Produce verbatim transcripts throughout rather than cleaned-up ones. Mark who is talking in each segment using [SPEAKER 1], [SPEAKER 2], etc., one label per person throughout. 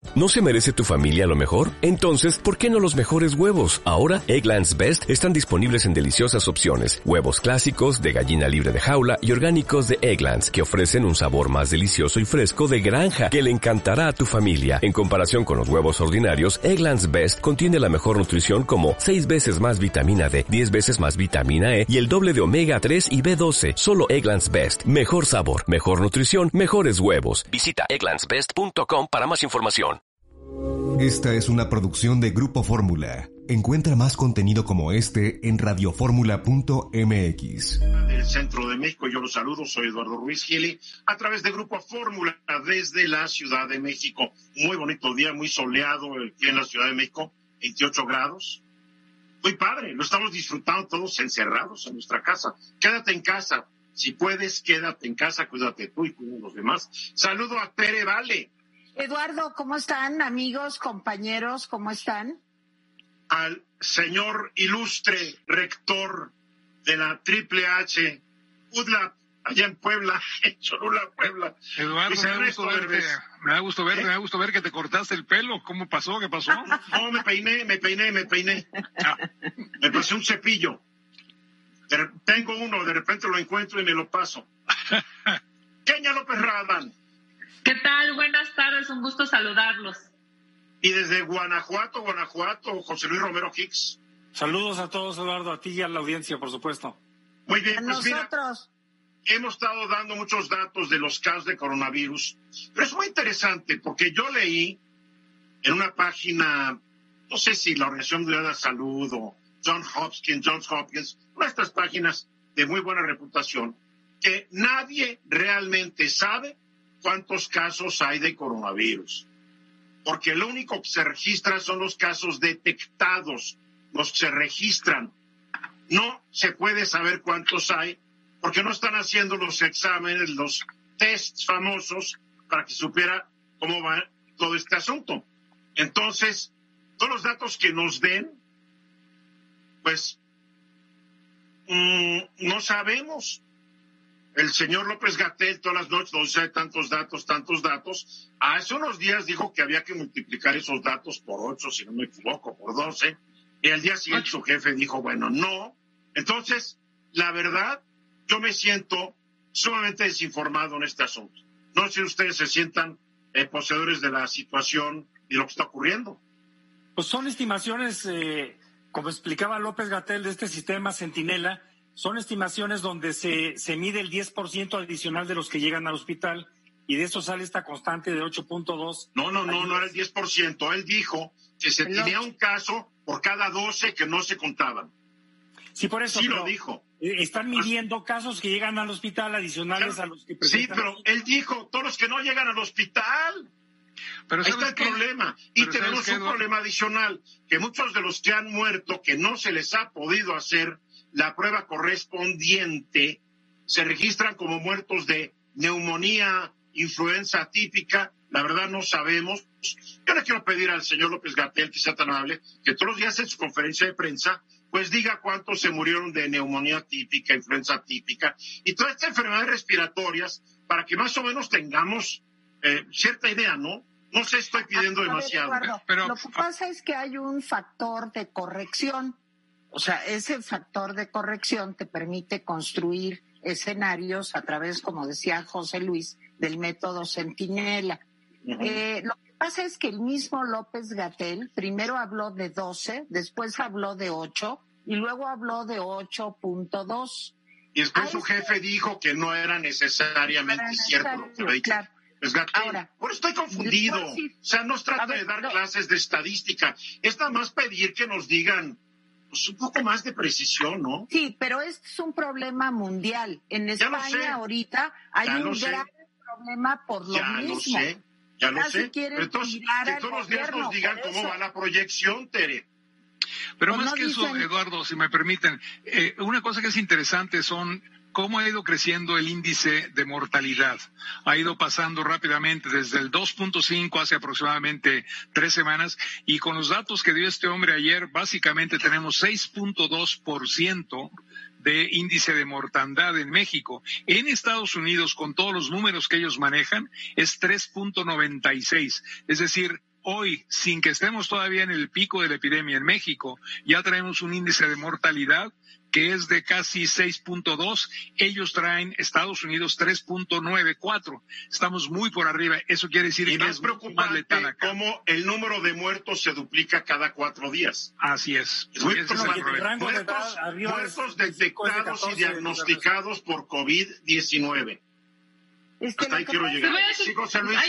[SPEAKER 1] ¿No se merece tu familia lo mejor? Entonces, ¿por qué no los mejores huevos? Ahora, Eggland's Best están disponibles en deliciosas opciones. Huevos clásicos, de gallina libre de jaula y orgánicos de Eggland's, que ofrecen un sabor más delicioso y fresco de granja, que le encantará a tu familia. En comparación con los huevos ordinarios, Eggland's Best contiene la mejor nutrición como seis veces más vitamina D, diez veces más vitamina E y el doble de omega tres y B doce. Solo Eggland's Best. Mejor sabor, mejor nutrición, mejores huevos. Visita egglands best punto com para más información.
[SPEAKER 2] Esta es una producción de Grupo Fórmula. Encuentra más contenido como este en radioformula punto m x.
[SPEAKER 3] Del centro de México, yo los saludo, soy Eduardo Ruiz Gili, a través de Grupo Fórmula desde la Ciudad de México. Muy bonito día, muy soleado aquí en la Ciudad de México, veintiocho grados. Muy padre, lo estamos disfrutando todos encerrados en nuestra casa. Quédate en casa, si puedes, quédate en casa, cuídate tú y cuida a los demás. Saludo a Tere Vale.
[SPEAKER 4] Eduardo, ¿cómo están, amigos, compañeros? ¿Cómo están?
[SPEAKER 3] Al señor ilustre rector de la Triple H, UDLAP, allá en Puebla, en Cholula, Puebla.
[SPEAKER 5] Eduardo, me da, gusto verte, me da gusto verte, ¿Eh? me da gusto ver que te cortaste el pelo. ¿Cómo pasó? ¿Qué pasó?
[SPEAKER 3] No, me peiné, me peiné, me peiné. Ah, me pasé un cepillo. De, tengo uno, de repente lo encuentro y me lo paso. Kenia López Radman.
[SPEAKER 6] ¿Qué tal? Buenas tardes, un gusto saludarlos.
[SPEAKER 3] Y desde Guanajuato, Guanajuato, José Luis Romero Hicks.
[SPEAKER 7] Saludos a todos, Eduardo, a ti y a la audiencia, por supuesto.
[SPEAKER 3] Muy bien,
[SPEAKER 4] a
[SPEAKER 3] pues
[SPEAKER 4] nosotros.
[SPEAKER 3] Mira, hemos estado dando muchos datos de los casos de coronavirus, pero es muy interesante porque yo leí en una página, no sé si la Organización Mundial de la Salud o John Hopkins, Johns Hopkins, una de estas páginas de muy buena reputación, que nadie realmente sabe cuántos casos hay de coronavirus, porque lo único que se registra son los casos detectados, los que se registran. No se puede saber cuántos hay, porque no están haciendo los exámenes, los tests famosos, para que supiera cómo va todo este asunto. Entonces, todos los datos que nos den, pues, mmm, no sabemos. El señor López-Gatell todas las noches nos dice tantos datos, tantos datos. Hace unos días dijo que había que multiplicar esos datos por ocho, si no me equivoco, por doce. Y al día siguiente su jefe dijo, bueno, no. Entonces, la verdad, yo me siento sumamente desinformado en este asunto. No sé si ustedes se sientan eh, poseedores de la situación y lo que está ocurriendo.
[SPEAKER 7] Pues son estimaciones, eh, como explicaba López-Gatell, de este sistema Centinela. Son estimaciones donde se, se mide el diez por ciento adicional de los que llegan al hospital y de eso sale esta constante de ocho punto dos.
[SPEAKER 3] No, no, no, no era el diez por ciento. Él dijo que se tenía un caso por cada doce que no se contaban.
[SPEAKER 7] Sí, por eso.
[SPEAKER 3] Sí lo dijo.
[SPEAKER 7] Están midiendo casos que llegan al hospital adicionales claro, a los que presentan.
[SPEAKER 3] Sí, pero él dijo todos los que no llegan al hospital. Pero ahí está el qué? problema. Y pero tenemos un problema adicional, que muchos de los que han muerto, que no se les ha podido hacer la prueba correspondiente, se registran como muertos de neumonía, influenza atípica. La verdad no sabemos. Yo le quiero pedir al señor López-Gatell, que sea tan amable, que todos los días en su conferencia de prensa, pues diga cuántos se murieron de neumonía típica, influenza típica y todas estas enfermedades respiratorias, para que más o menos tengamos eh, cierta idea, ¿no? No sé, estoy pidiendo demasiado.
[SPEAKER 4] Ver, Eduardo, pero lo que pasa es que hay un factor de corrección. O sea, ese factor de corrección te permite construir escenarios a través, como decía José Luis, del método Centinela. Uh-huh. Eh, lo que pasa es que el mismo López-Gatell primero habló de doce, después habló de ocho y luego habló de ocho punto dos.
[SPEAKER 3] Y después Ahí su jefe es... dijo que no era necesariamente era cierto lo que había dicho. Claro. Ahora, por estoy confundido. Sí. O sea, no se trata ver, de dar no. clases de estadística. Es nada más pedir que nos digan pues, un poco más de precisión, ¿no?
[SPEAKER 4] Sí, pero este es un problema mundial. En España ahorita hay ya un gran problema por lo
[SPEAKER 3] ya
[SPEAKER 4] mismo.
[SPEAKER 3] Lo sé, ya lo sé. Pero entonces, que todos los días nos digan cómo va la proyección, Tere.
[SPEAKER 5] Pero pues más no que dicen... eso, Eduardo, si me permiten, eh, una cosa que es interesante son cómo ha ido creciendo el índice de mortalidad. Ha ido pasando rápidamente desde el dos punto cinco hace aproximadamente tres semanas y con los datos que dio este hombre ayer, básicamente tenemos seis punto dos por ciento de índice de mortandad en México. En Estados Unidos, con todos los números que ellos manejan, es tres punto noventa y seis. Es decir, hoy, sin que estemos todavía en el pico de la epidemia en México, ya traemos un índice de mortalidad que es de casi seis punto dos, ellos traen Estados Unidos tres punto noventa y cuatro, estamos muy por arriba, eso quiere decir
[SPEAKER 3] y
[SPEAKER 5] que
[SPEAKER 3] más
[SPEAKER 5] es
[SPEAKER 3] preocupante cómo el número de muertos se duplica cada cuatro días.
[SPEAKER 5] Así es.
[SPEAKER 3] Es muy
[SPEAKER 5] Ese es el
[SPEAKER 3] preocupante.
[SPEAKER 5] problema.
[SPEAKER 3] Muertos, muertos detectados y diagnosticados por COVID diecinueve.
[SPEAKER 4] Este,
[SPEAKER 3] Hasta ahí quiero llegar. Sí, José Luis.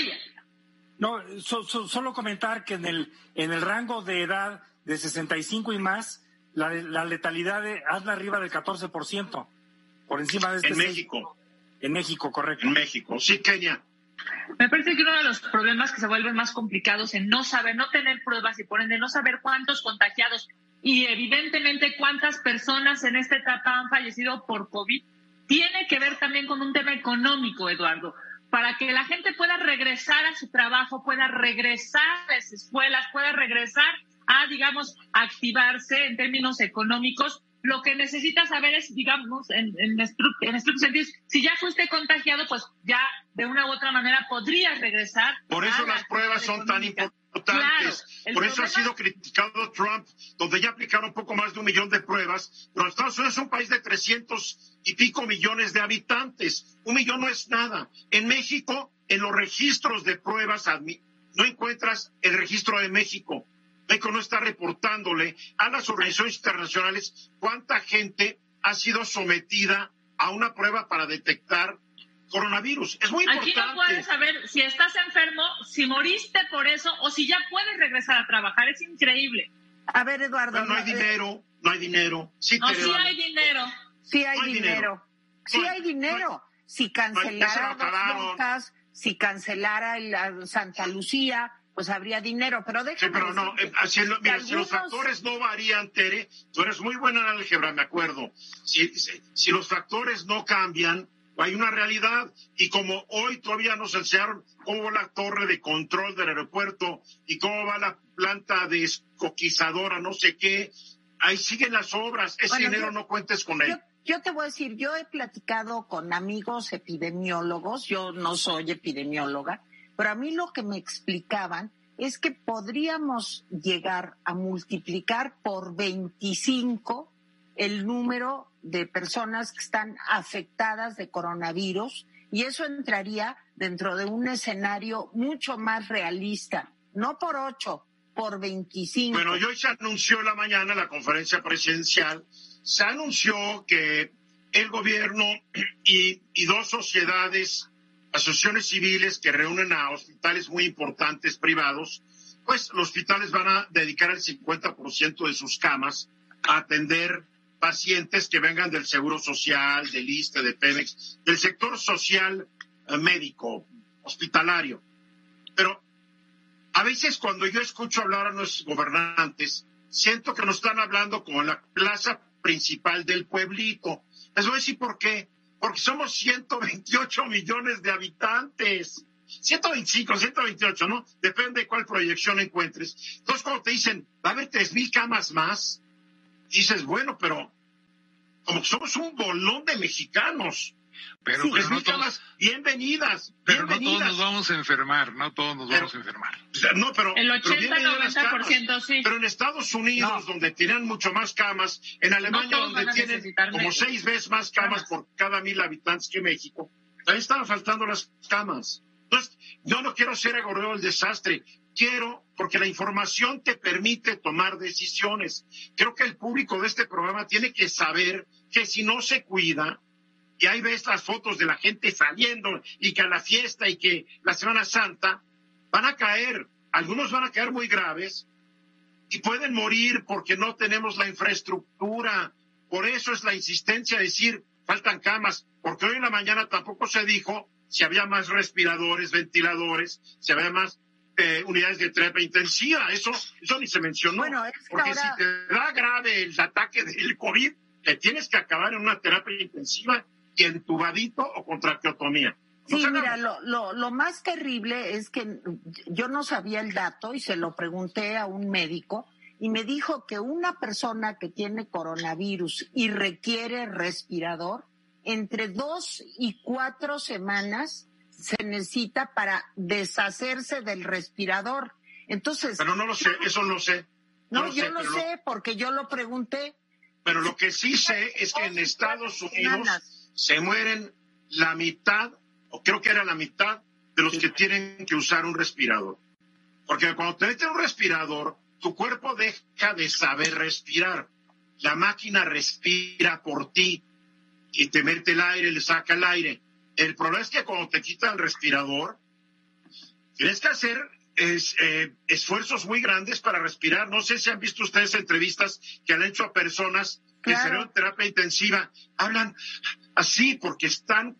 [SPEAKER 7] No, so, so, solo comentar que en el, en el rango de edad de sesenta y cinco y más, La, la letalidad de, anda arriba del catorce por ciento, por encima de este.
[SPEAKER 3] En México.
[SPEAKER 7] En México, correcto.
[SPEAKER 3] En México, sí, Kenia.
[SPEAKER 6] Me parece que uno de los problemas que se vuelven más complicados en no saber, no tener pruebas y por ende no saber cuántos contagiados y evidentemente cuántas personas en esta etapa han fallecido por COVID, tiene que ver también con un tema económico, Eduardo. Para que la gente pueda regresar a su trabajo, pueda regresar a las escuelas, pueda regresar a, digamos, activarse en términos económicos, lo que necesita saber es, digamos, en, en, estru- en estricto sentido, si ya fuiste contagiado, pues ya de una u otra manera podrías regresar.
[SPEAKER 3] Por eso las pruebas son tan importantes. Claro, por eso problema... ha sido criticado Trump, donde ya aplicaron poco más de un millón de pruebas, pero Estados Unidos es un país de trescientos y pico millones de habitantes. Un millón no es nada. En México, en los registros de pruebas, no encuentras el registro de México. México no está reportándole a las organizaciones internacionales cuánta gente ha sido sometida a una prueba para detectar coronavirus. Es muy importante.
[SPEAKER 6] Aquí no puedes saber si estás enfermo, si moriste por eso o si ya puedes regresar a trabajar. Es increíble.
[SPEAKER 4] A ver, Eduardo.
[SPEAKER 3] Bueno, no hay dinero, no hay dinero. Sí,
[SPEAKER 6] no, sí hay dinero.
[SPEAKER 4] Sí hay
[SPEAKER 3] no hay
[SPEAKER 4] dinero.
[SPEAKER 3] dinero.
[SPEAKER 4] Sí
[SPEAKER 3] no,
[SPEAKER 4] hay dinero.
[SPEAKER 3] No,
[SPEAKER 4] si cancelara
[SPEAKER 3] no,
[SPEAKER 4] los becas, si cancelara la Santa Lucía, pues habría dinero, pero déjame
[SPEAKER 3] sí, pero no, eh, si, lo, mira, algunos... si los factores no varían, Tere, tú eres muy buena en álgebra, me acuerdo. Si, si, si los factores no cambian, hay una realidad, y como hoy todavía nos enseñaron cómo va la torre de control del aeropuerto y cómo va la planta descoquizadora, no sé qué, ahí siguen las obras, ese bueno, dinero yo, no cuentes con él.
[SPEAKER 4] Yo, yo te voy a decir, yo he platicado con amigos epidemiólogos, yo no soy epidemióloga, pero a mí lo que me explicaban es que podríamos llegar a multiplicar por veinticinco el número de personas que están afectadas de coronavirus y eso entraría dentro de un escenario mucho más realista, no por ocho, por veinticinco.
[SPEAKER 3] Bueno, y hoy se anunció en la mañana en la conferencia presidencial, se anunció que el gobierno y, y dos sociedades, asociaciones civiles que reúnen a hospitales muy importantes privados, pues los hospitales van a dedicar el cincuenta por ciento de sus camas a atender pacientes que vengan del Seguro Social, del I S S S T E, de Pemex, del sector social eh, médico, hospitalario. Pero a veces cuando yo escucho hablar a nuestros gobernantes, siento que nos están hablando como en la plaza principal del pueblito. Les voy a decir por qué. Porque somos ciento veintiocho millones de habitantes. ciento veinticinco, ciento veintiocho, ¿no? Depende de cuál proyección encuentres. Entonces, cuando te dicen, va a haber tres mil camas más, dices, bueno, pero como somos un bolón de mexicanos.
[SPEAKER 5] Pero,
[SPEAKER 3] sí,
[SPEAKER 5] pero no todos,
[SPEAKER 3] camas, bienvenidas.
[SPEAKER 5] Pero
[SPEAKER 3] bienvenidas.
[SPEAKER 5] no todos nos vamos a enfermar, no todos nos
[SPEAKER 3] pero,
[SPEAKER 5] vamos a enfermar.
[SPEAKER 3] No, pero,
[SPEAKER 6] el ochenta a noventa por ciento sí.
[SPEAKER 3] Pero en Estados Unidos, no. donde tienen mucho más camas, en Alemania, no donde tienen como medio. seis veces más camas, camas por cada mil habitantes que México, también están faltando las camas. Entonces, yo no quiero ser agorero del desastre. Quiero, porque la información te permite tomar decisiones. Creo que el público de este programa tiene que saber que si no se cuida, y ahí ves las fotos de la gente saliendo, y que a la fiesta, y que la Semana Santa, van a caer, algunos van a caer muy graves, y pueden morir porque no tenemos la infraestructura. Por eso es la insistencia de decir, faltan camas, porque hoy en la mañana tampoco se dijo si había más respiradores, ventiladores, si había más Eh, unidades de terapia intensiva, eso, eso ni se mencionó.
[SPEAKER 4] Bueno, es
[SPEAKER 3] porque
[SPEAKER 4] ahora...
[SPEAKER 3] si te da grave el ataque del COVID, te tienes que acabar en una terapia intensiva y entubadito o con traqueotomía.
[SPEAKER 4] Sí, mira, lo, lo, lo más terrible es que yo no sabía el dato y se lo pregunté a un médico y me dijo que una persona que tiene coronavirus y requiere respirador, entre dos y cuatro semanas se necesita para deshacerse del respirador. Entonces...
[SPEAKER 3] Pero no lo sé, eso no sé.
[SPEAKER 4] No,
[SPEAKER 3] no lo
[SPEAKER 4] yo
[SPEAKER 3] sé,
[SPEAKER 4] lo
[SPEAKER 3] pero
[SPEAKER 4] sé porque yo lo pregunté.
[SPEAKER 3] Pero lo que sí sé es que en Estados Unidos se mueren la mitad, o creo que era la mitad, de los que tienen que usar un respirador. Porque cuando te meten un respirador, tu cuerpo deja de saber respirar. La máquina respira por ti y te mete el aire, le saca el aire. El problema es que cuando te quitan el respirador, tienes que hacer es, eh, esfuerzos muy grandes para respirar. No sé si han visto ustedes entrevistas que han hecho a personas que
[SPEAKER 4] Claro.
[SPEAKER 3] se ven en terapia intensiva. Hablan así porque están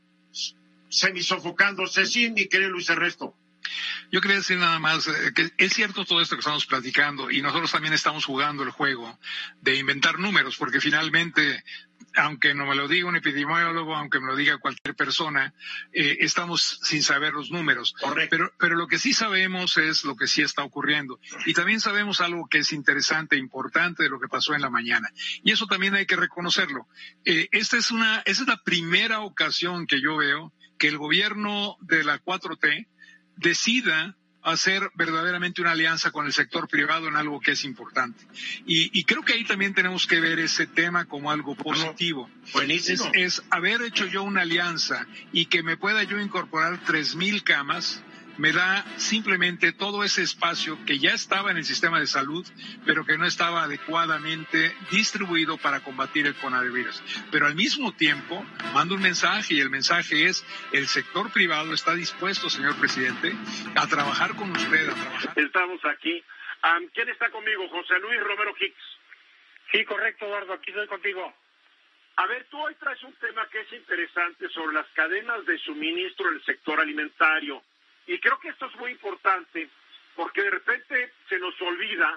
[SPEAKER 3] semisofocándose. Sí, mi querido Luis Ernesto.
[SPEAKER 5] Yo quería decir nada más eh, que es cierto todo esto que estamos platicando y nosotros también estamos jugando el juego de inventar números, porque finalmente, aunque no me lo diga un epidemiólogo, aunque me lo diga cualquier persona, eh, estamos sin saber los números.
[SPEAKER 3] Correcto.
[SPEAKER 5] Pero, pero lo que sí sabemos es lo que sí está ocurriendo. Y también sabemos algo que es interesante e importante de lo que pasó en la mañana. Y eso también hay que reconocerlo. Eh, esta es una, esta es la primera ocasión que yo veo que el gobierno de la cuatro T decida hacer verdaderamente una alianza con el sector privado en algo que es importante. Y, y creo que ahí también tenemos que ver ese tema como algo positivo.
[SPEAKER 3] Buenísimo.
[SPEAKER 5] Es, es haber hecho yo una alianza y que me pueda yo incorporar tres mil camas, me da simplemente todo ese espacio que ya estaba en el sistema de salud, pero que no estaba adecuadamente distribuido para combatir el coronavirus. Pero al mismo tiempo, mando un mensaje y el mensaje es, el sector privado está dispuesto, señor presidente, a trabajar con usted, a trabajar.
[SPEAKER 8] Estamos aquí. Um, ¿Quién está conmigo? José Luis Romero Hicks.
[SPEAKER 7] Sí, correcto, Eduardo, aquí estoy contigo.
[SPEAKER 8] A ver, tú hoy traes un tema que es interesante sobre las cadenas de suministro en el sector alimentario. Y creo que esto es muy importante porque de repente se nos olvida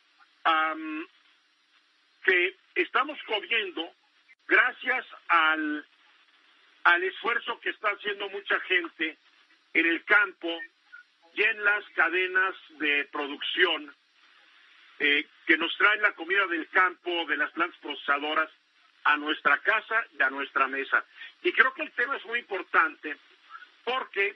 [SPEAKER 8] um, que estamos comiendo gracias al, al esfuerzo que está haciendo mucha gente en el campo y en las cadenas de producción eh, que nos traen la comida del campo, de las plantas procesadoras, a nuestra casa y a nuestra mesa. Y creo que el tema es muy importante porque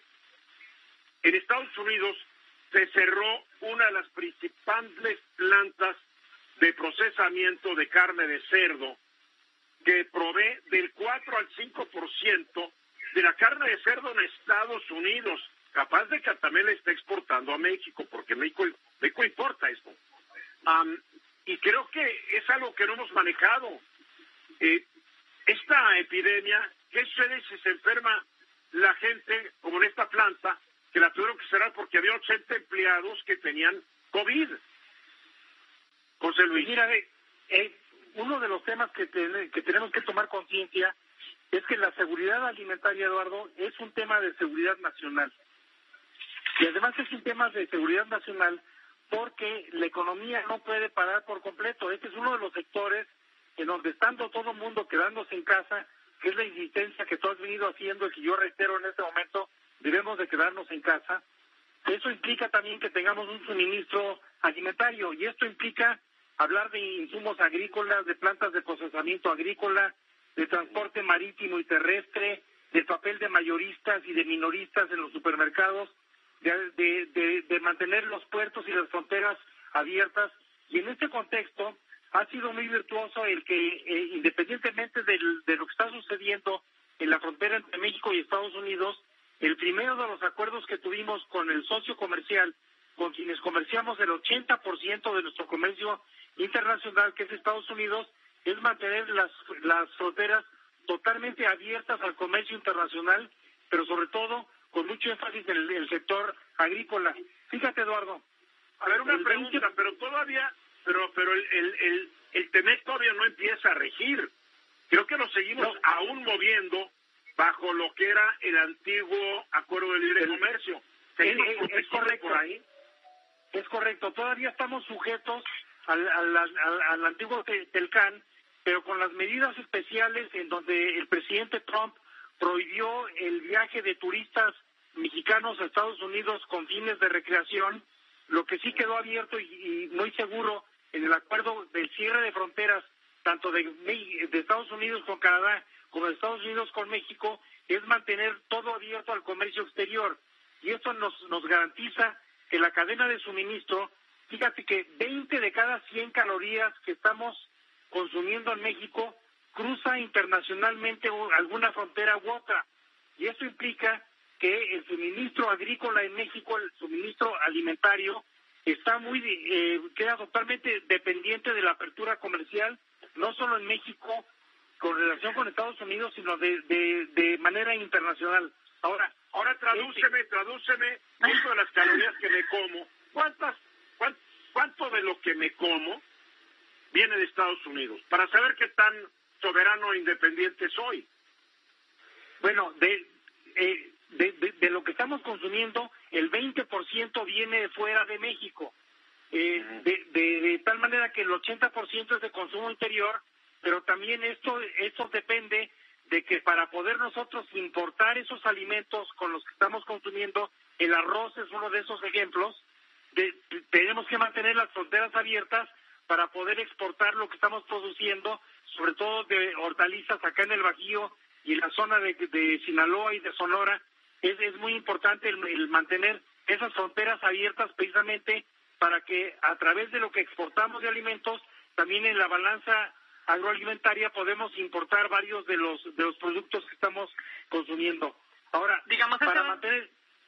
[SPEAKER 8] en Estados Unidos se cerró una de las principales plantas de procesamiento de carne de cerdo que provee del cuatro al cinco por ciento de la carne de cerdo en Estados Unidos, capaz de que también la esté exportando a México, porque México, México importa esto. Um, y creo que es algo que no hemos manejado. Eh, esta epidemia, ¿qué sucede si se enferma la gente, como en esta planta, que la tuvieron que cerrar porque había ochenta empleados que tenían COVID? José Luis.
[SPEAKER 7] Mira, eh, uno de los temas que, ten, que tenemos que tomar conciencia es que la seguridad alimentaria, Eduardo, es un tema de seguridad nacional. Y además es un tema de seguridad nacional porque la economía no puede parar por completo. Este es uno de los sectores en donde, estando todo el mundo quedándose en casa, que es la insistencia que tú has venido haciendo y que yo reitero en este momento, debemos de quedarnos en casa. Eso implica también que tengamos un suministro alimentario y esto implica hablar de insumos agrícolas, de plantas de procesamiento agrícola, de transporte marítimo y terrestre, del papel de mayoristas y de minoristas en los supermercados, de, de, de, de mantener los puertos y las fronteras abiertas. Y en este contexto ha sido muy virtuoso el que, eh, independientemente del, de lo que está sucediendo en la frontera entre México y Estados Unidos, el primero de los acuerdos que tuvimos con el socio comercial, con quienes comerciamos el ochenta por ciento de nuestro comercio internacional, que es Estados Unidos, es mantener las, las fronteras totalmente abiertas al comercio internacional, pero sobre todo con mucho énfasis en el, el sector agrícola. Fíjate, Eduardo.
[SPEAKER 8] A ver, una pregunta, veinte... pero todavía, pero pero el, el, el, el T M E C todavía no empieza a regir. Creo que lo seguimos no. aún moviendo bajo lo que era el antiguo Acuerdo de Libre Comercio.
[SPEAKER 7] Es, es, es correcto.
[SPEAKER 8] Por ahí.
[SPEAKER 7] Es correcto. Todavía estamos sujetos al, al, al, al antiguo Telcán, pero con las medidas especiales en donde el presidente Trump prohibió el viaje de turistas mexicanos a Estados Unidos con fines de recreación. Lo que sí quedó abierto y, y muy seguro en el acuerdo del cierre de fronteras, tanto de, de Estados Unidos con Canadá como de Estados Unidos con México, es mantener todo abierto al comercio exterior. Y esto nos, nos garantiza
[SPEAKER 9] que la cadena de suministro, fíjate que veinte de cada cien calorías que estamos consumiendo en México cruza internacionalmente alguna frontera u otra. Y eso implica que el suministro agrícola en México, el suministro alimentario, está muy eh, queda totalmente dependiente de la apertura comercial, no solo en México con relación con Estados Unidos, sino de, de, de manera internacional. Ahora,
[SPEAKER 8] ahora tradúceme, este... tradúceme cuánto de las calorías que me como, cuántas, cuánto, cuánto de lo que me como viene de Estados Unidos, para saber qué tan soberano e independiente soy.
[SPEAKER 9] Bueno, de, eh, de, de, de lo que estamos consumiendo, el veinte por ciento viene de fuera de México, eh, uh-huh. de, de, de tal manera que el ochenta por ciento es de consumo interior, pero también esto, esto depende de que para poder nosotros importar esos alimentos con los que estamos consumiendo, el arroz es uno de esos ejemplos, de, de, tenemos que mantener las fronteras abiertas para poder exportar lo que estamos produciendo, sobre todo de hortalizas acá en el Bajío y en la zona de, de Sinaloa y de Sonora. Es, es muy importante el, el mantener esas fronteras abiertas precisamente para que a través de lo que exportamos de alimentos, también en la balanza agroalimentaria podemos importar varios de los de los productos que estamos consumiendo. Ahora,
[SPEAKER 10] digamos para ese, mantener...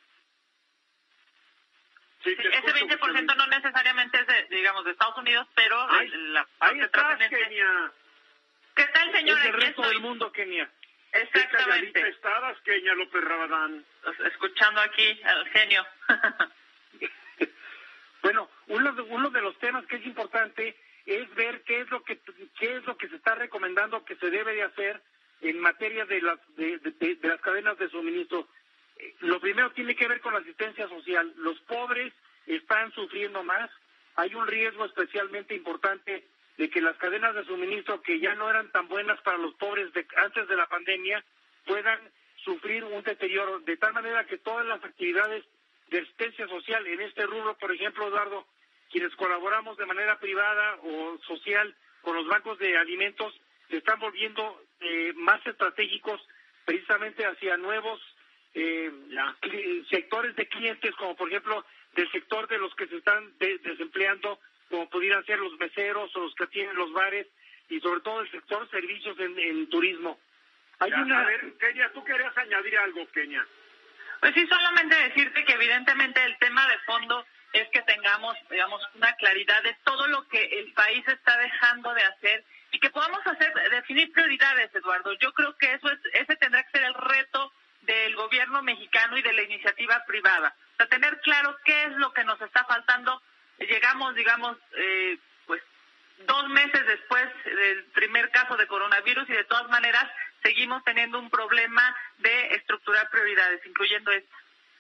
[SPEAKER 10] Sí, sí, ese veinte por ciento no necesariamente es de, digamos, de Estados Unidos, pero
[SPEAKER 8] ahí,
[SPEAKER 10] la
[SPEAKER 8] ahí está, Kenia.
[SPEAKER 10] ¿Qué tal, señora?
[SPEAKER 9] Es del resto del mundo, Kenia.
[SPEAKER 10] Exactamente.
[SPEAKER 8] ¿Qué estabas, Kenia López Rabadán?
[SPEAKER 10] Escuchando aquí al genio.
[SPEAKER 9] Bueno, uno de, uno de los temas que es importante es ver qué es lo que qué es lo que se está recomendando que se debe de hacer en materia de las de, de, de, de las cadenas de suministro. Eh, lo primero tiene que ver con la asistencia social. Los pobres están sufriendo más. Hay un riesgo especialmente importante de que las cadenas de suministro, que ya no eran tan buenas para los pobres de, antes de la pandemia, puedan sufrir un deterioro, de tal manera que todas las actividades de asistencia social en este rubro, por ejemplo, Eduardo, quienes colaboramos de manera privada o social con los bancos de alimentos, se están volviendo eh, más estratégicos precisamente hacia nuevos eh, sectores de clientes, como por ejemplo del sector de los que se están de, desempleando, como pudieran ser los meseros o los que tienen los bares, y sobre todo el sector servicios en, en turismo.
[SPEAKER 8] Hay ya, una... A ver, Kenia, tú querías añadir algo, Kenia.
[SPEAKER 10] Pues sí, solamente decirte que evidentemente el tema de fondo es que tengamos, digamos, una claridad de todo lo que el país está dejando de hacer y que podamos hacer, definir prioridades, Eduardo. Yo creo que eso es, ese tendrá que ser el reto del gobierno mexicano y de la iniciativa privada. O sea, tener claro qué es lo que nos está faltando. Llegamos, digamos, eh, pues dos meses después del primer caso de coronavirus y de todas maneras seguimos teniendo un problema de estructurar prioridades, incluyendo esta.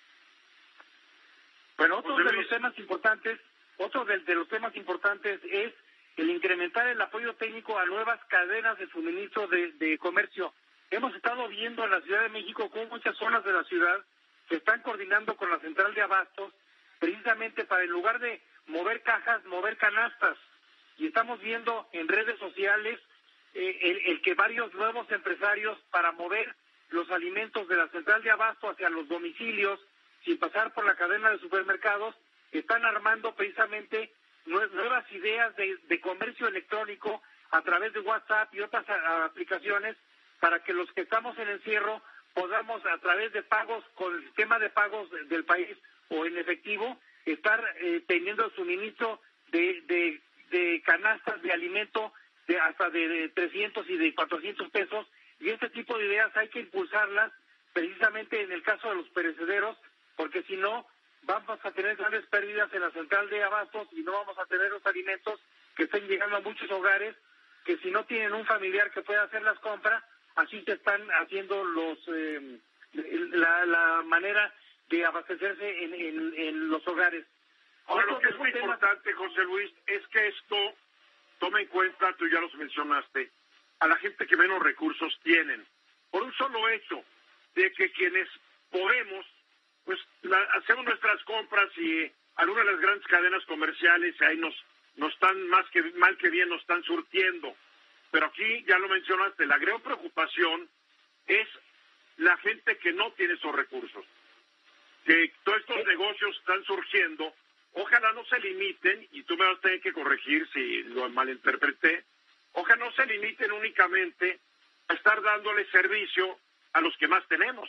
[SPEAKER 9] Bueno, otro de los temas importantes, otro de, de los temas importantes es el incrementar el apoyo técnico a nuevas cadenas de suministro de, de comercio. Hemos estado viendo en la Ciudad de México cómo muchas zonas de la ciudad se están coordinando con la central de abastos, precisamente para en lugar de mover cajas, mover canastas. Y estamos viendo en redes sociales eh, el, el que varios nuevos empresarios, para mover los alimentos de la central de abasto hacia los domicilios, sin pasar por la cadena de supermercados, están armando precisamente nuevas ideas de, de comercio electrónico a través de WhatsApp y otras a, aplicaciones, para que los que estamos en encierro podamos, a través de pagos con el sistema de pagos de, del país o en efectivo, estar eh, teniendo suministro de, de, de canastas de alimento de hasta de, de trescientos y de cuatrocientos pesos, y este tipo de ideas hay que impulsarlas precisamente en el caso de los perecederos, porque si no vamos a tener grandes pérdidas en la central de abastos y no vamos a tener los alimentos que estén llegando a muchos hogares, que si no tienen un familiar que pueda hacer las compras, así se están haciendo los eh, la, la manera de abastecerse en, en, en los hogares.
[SPEAKER 8] Ahora, lo que es muy importante, José Luis, es que esto toma en cuenta, tú ya los mencionaste, a la gente que menos recursos tienen, por un solo hecho de que quienes podemos, pues la, hacemos nuestras compras y algunas de las grandes cadenas comerciales ahí nos nos están más que mal que bien nos están surtiendo. Pero aquí ya lo mencionaste, la gran preocupación es la gente que no tiene esos recursos. que todos estos negocios están surgiendo, ojalá no se limiten, y tú me vas a tener que corregir si lo malinterpreté, ojalá no se limiten únicamente a estar dándole servicio a los que más tenemos.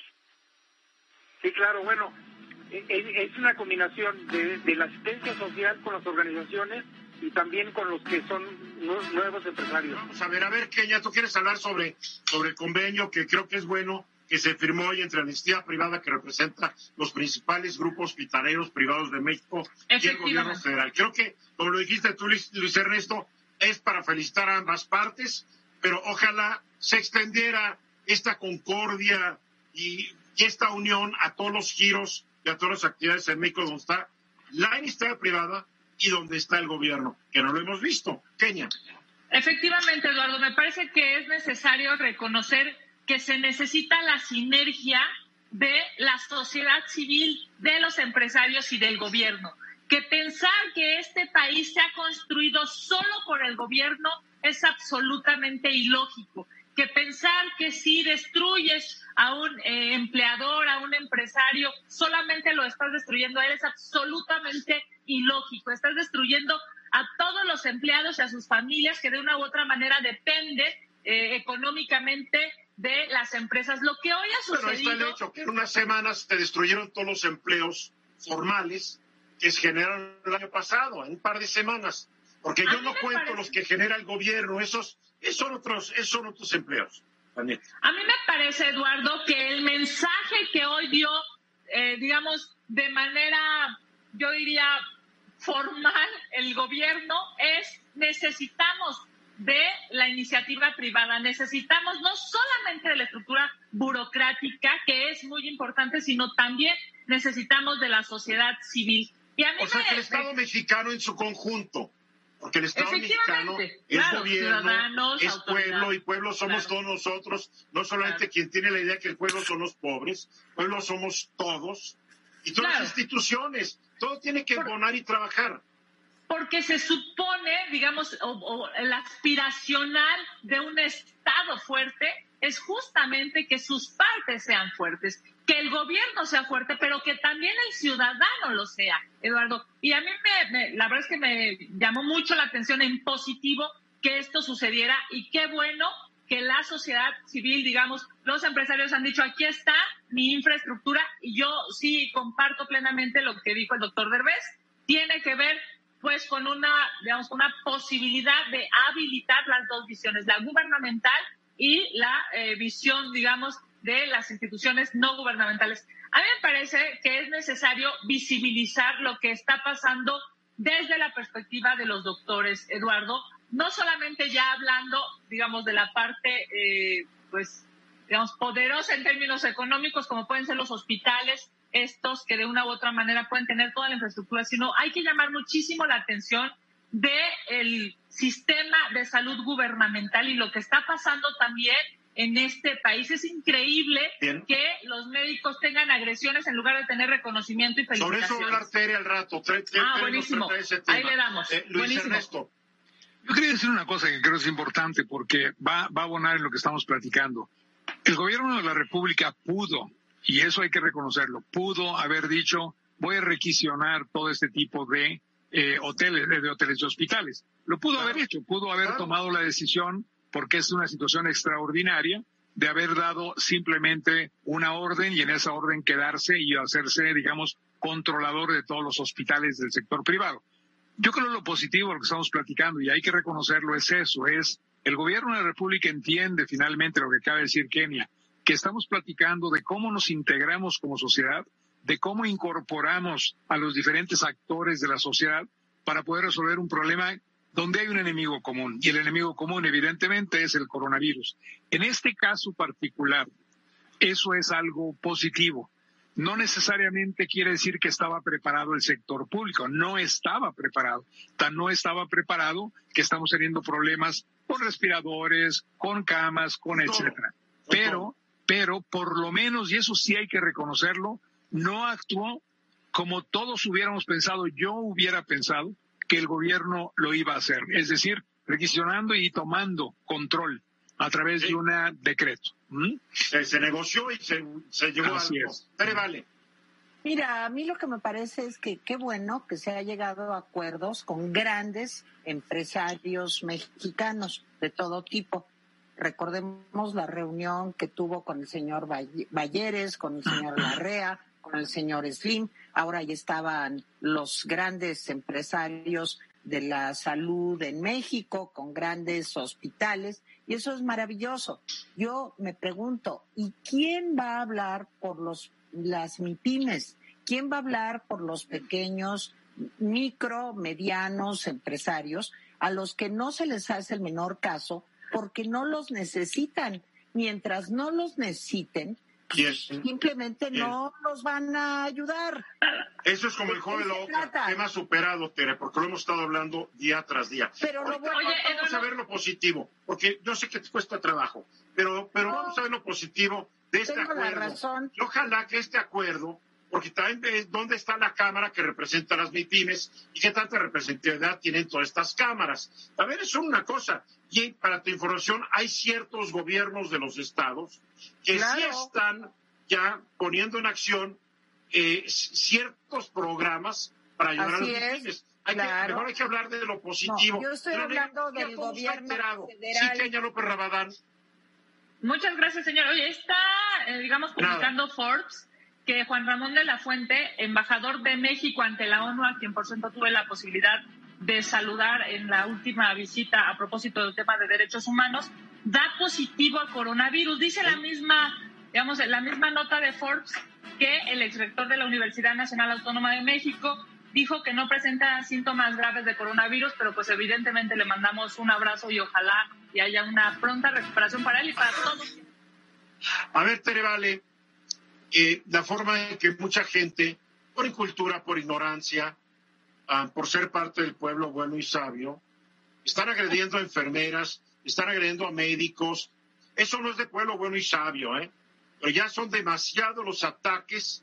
[SPEAKER 9] Sí, claro, bueno, es una combinación de, de la asistencia social con las organizaciones y también con los que son nuevos empresarios.
[SPEAKER 3] Vamos a ver, a ver, Kenia, tú quieres hablar sobre, sobre el convenio que creo que es bueno, que se firmó hoy entre la iniciativa privada que representa los principales grupos hospitaleros privados de México y el gobierno federal. Creo que, como lo dijiste tú, Luis, Luis Ernesto, es para felicitar a ambas partes, pero ojalá se extendiera esta concordia y, y esta unión a todos los giros y a todas las actividades en México donde está la iniciativa privada y donde está el gobierno, que no lo hemos visto. Kenia.
[SPEAKER 6] Efectivamente, Eduardo, me parece que es necesario reconocer que se necesita la sinergia de la sociedad civil, de los empresarios y del gobierno. Que pensar que este país se ha construido solo por el gobierno es absolutamente ilógico. Que pensar que si destruyes a un eh, empleador, a un empresario, solamente lo estás destruyendo a él es absolutamente ilógico. Estás destruyendo a todos los empleados y a sus familias que de una u otra manera dependen eh, económicamente de las empresas. Lo que hoy ha sucedido...
[SPEAKER 3] Pero está el hecho que en unas semanas se destruyeron todos los empleos formales que se generaron el año pasado, en un par de semanas. Porque yo no cuento parece... los que genera el gobierno, esos, esos, son, otros, esos son otros empleos. También.
[SPEAKER 6] A mí me parece, Eduardo, que el mensaje que hoy dio, eh, digamos, de manera, yo diría, formal, el gobierno es necesitamos de la iniciativa privada, necesitamos no solamente de la estructura burocrática, que es muy importante, sino también necesitamos de la sociedad civil. Y a mí
[SPEAKER 3] o sea,
[SPEAKER 6] me,
[SPEAKER 3] que el Estado
[SPEAKER 6] me...
[SPEAKER 3] mexicano en su conjunto, porque el Estado mexicano es
[SPEAKER 6] claro,
[SPEAKER 3] gobierno, es pueblo, y pueblo somos claro. todos nosotros, no solamente claro. quien tiene la idea que el pueblo son los pobres, pueblo somos todos, y todas claro. las instituciones, todo tiene que abonar y trabajar.
[SPEAKER 6] Porque se supone, digamos, o, o el aspiracional de un Estado fuerte es justamente que sus partes sean fuertes, que el gobierno sea fuerte, pero que también el ciudadano lo sea, Eduardo. Y a mí, me, me, la verdad es que me llamó mucho la atención en positivo que esto sucediera y qué bueno que la sociedad civil, digamos, los empresarios han dicho, aquí está mi infraestructura, y yo sí comparto plenamente lo que dijo el doctor Derbez, tiene que ver pues con una, digamos, una posibilidad de habilitar las dos visiones, la gubernamental y la eh, visión, digamos, de las instituciones no gubernamentales. A mí me parece que es necesario visibilizar lo que está pasando desde la perspectiva de los doctores, Eduardo, no solamente ya hablando, digamos, de la parte, eh, pues, digamos, poderosa en términos económicos, como pueden ser los hospitales, estos que de una u otra manera pueden tener toda la infraestructura, sino hay que llamar muchísimo la atención del sistema de salud gubernamental y lo que está pasando también en este país. Es increíble Bien. que los médicos tengan agresiones en lugar de tener reconocimiento y felicitaciones.
[SPEAKER 3] Sobre eso hablar Tere al rato. Tre, tre,
[SPEAKER 6] ah, buenísimo. Ahí le damos.
[SPEAKER 3] Eh, Luis
[SPEAKER 6] buenísimo.
[SPEAKER 3] Ernesto.
[SPEAKER 5] Yo quería decir una cosa que creo es importante porque va, va a abonar en lo que estamos platicando. El gobierno de la República pudo, y eso hay que reconocerlo, pudo haber dicho, voy a requisicionar todo este tipo de eh, hoteles, de hoteles y hospitales. Lo pudo claro. haber hecho, pudo haber claro. tomado la decisión, porque es una situación extraordinaria, de haber dado simplemente una orden y en esa orden quedarse y hacerse, digamos, controlador de todos los hospitales del sector privado. Yo creo que lo positivo de lo que estamos platicando, y hay que reconocerlo, es eso, es el gobierno de la República entiende finalmente lo que acaba de decir Kenia, que estamos platicando de cómo nos integramos como sociedad, de cómo incorporamos a los diferentes actores de la sociedad para poder resolver un problema donde hay un enemigo común, y el enemigo común evidentemente es el coronavirus. En este caso particular, eso es algo positivo. No necesariamente quiere decir que estaba preparado el sector público, no estaba preparado. Tan no estaba preparado que estamos teniendo problemas con respiradores, con camas, con etcétera. Pero, pero por lo menos, y eso sí hay que reconocerlo, no actuó como todos hubiéramos pensado, yo hubiera pensado que el gobierno lo iba a hacer. Es decir, requisicionando y tomando control a través sí. de un decreto. ¿Mm?
[SPEAKER 3] Se, se negoció y se, se llevó
[SPEAKER 5] Así
[SPEAKER 3] algo.
[SPEAKER 5] Es.
[SPEAKER 3] Pero vale.
[SPEAKER 4] Mira, a mí lo que me parece es que qué bueno que se ha llegado a acuerdos con grandes empresarios mexicanos de todo tipo. Recordemos la reunión que tuvo con el señor Balleres, con el señor Larrea, con el señor Slim. Ahora ya estaban los grandes empresarios de la salud en México, con grandes hospitales, y eso es maravilloso. Yo me pregunto, ¿y quién va a hablar por los las MIPYMES? ¿Quién va a hablar por los pequeños, micro, medianos empresarios a los que no se les hace el menor caso porque no los necesitan? Mientras no los necesiten,
[SPEAKER 3] Yes.
[SPEAKER 4] simplemente yes. no los van a ayudar.
[SPEAKER 3] Eso es como el juego de la oca, tema superado, Tere, porque lo hemos estado hablando día tras día.
[SPEAKER 4] Pero lo bueno,
[SPEAKER 3] Oye, vamos no, a ver lo positivo, porque yo sé que te cuesta trabajo, pero pero no, vamos a ver lo positivo de este
[SPEAKER 4] tengo
[SPEAKER 3] acuerdo.
[SPEAKER 4] La razón.
[SPEAKER 3] Y ojalá que este acuerdo, porque también ves dónde está la Cámara que representa a las MIPYMES y qué tanta representatividad tienen todas estas cámaras. También es una cosa, y para tu información, hay ciertos gobiernos de los estados que claro. sí están ya poniendo en acción eh, ciertos programas para ayudar
[SPEAKER 4] Así
[SPEAKER 3] a las MIPYMES. Hay
[SPEAKER 4] claro.
[SPEAKER 3] que, mejor hay que hablar de lo positivo.
[SPEAKER 4] No, yo estoy
[SPEAKER 3] Pero
[SPEAKER 4] hablando
[SPEAKER 3] ya,
[SPEAKER 4] del
[SPEAKER 3] ya
[SPEAKER 4] gobierno federal.
[SPEAKER 3] Sí, Kenia López Rabadán.
[SPEAKER 6] Muchas gracias, señor. Oye, está, eh, digamos, publicando Nada. Forbes que Juan Ramón de la Fuente, embajador de México ante la ONU, a quien por cierto tuve la posibilidad de saludar en la última visita a propósito del tema de derechos humanos, da positivo a coronavirus. Dice la misma, digamos, la misma nota de Forbes que el exrector de la Universidad Nacional Autónoma de México dijo que no presenta síntomas graves de coronavirus, pero pues evidentemente le mandamos un abrazo y ojalá y haya una pronta recuperación para él y para todos.
[SPEAKER 3] A ver, Tere, vale. Eh, la forma en que mucha gente, por incultura, por ignorancia, uh, por ser parte del pueblo bueno y sabio, están agrediendo a enfermeras, están agrediendo a médicos. Eso no es de pueblo bueno y sabio, ¿eh? Pero ya son demasiados los ataques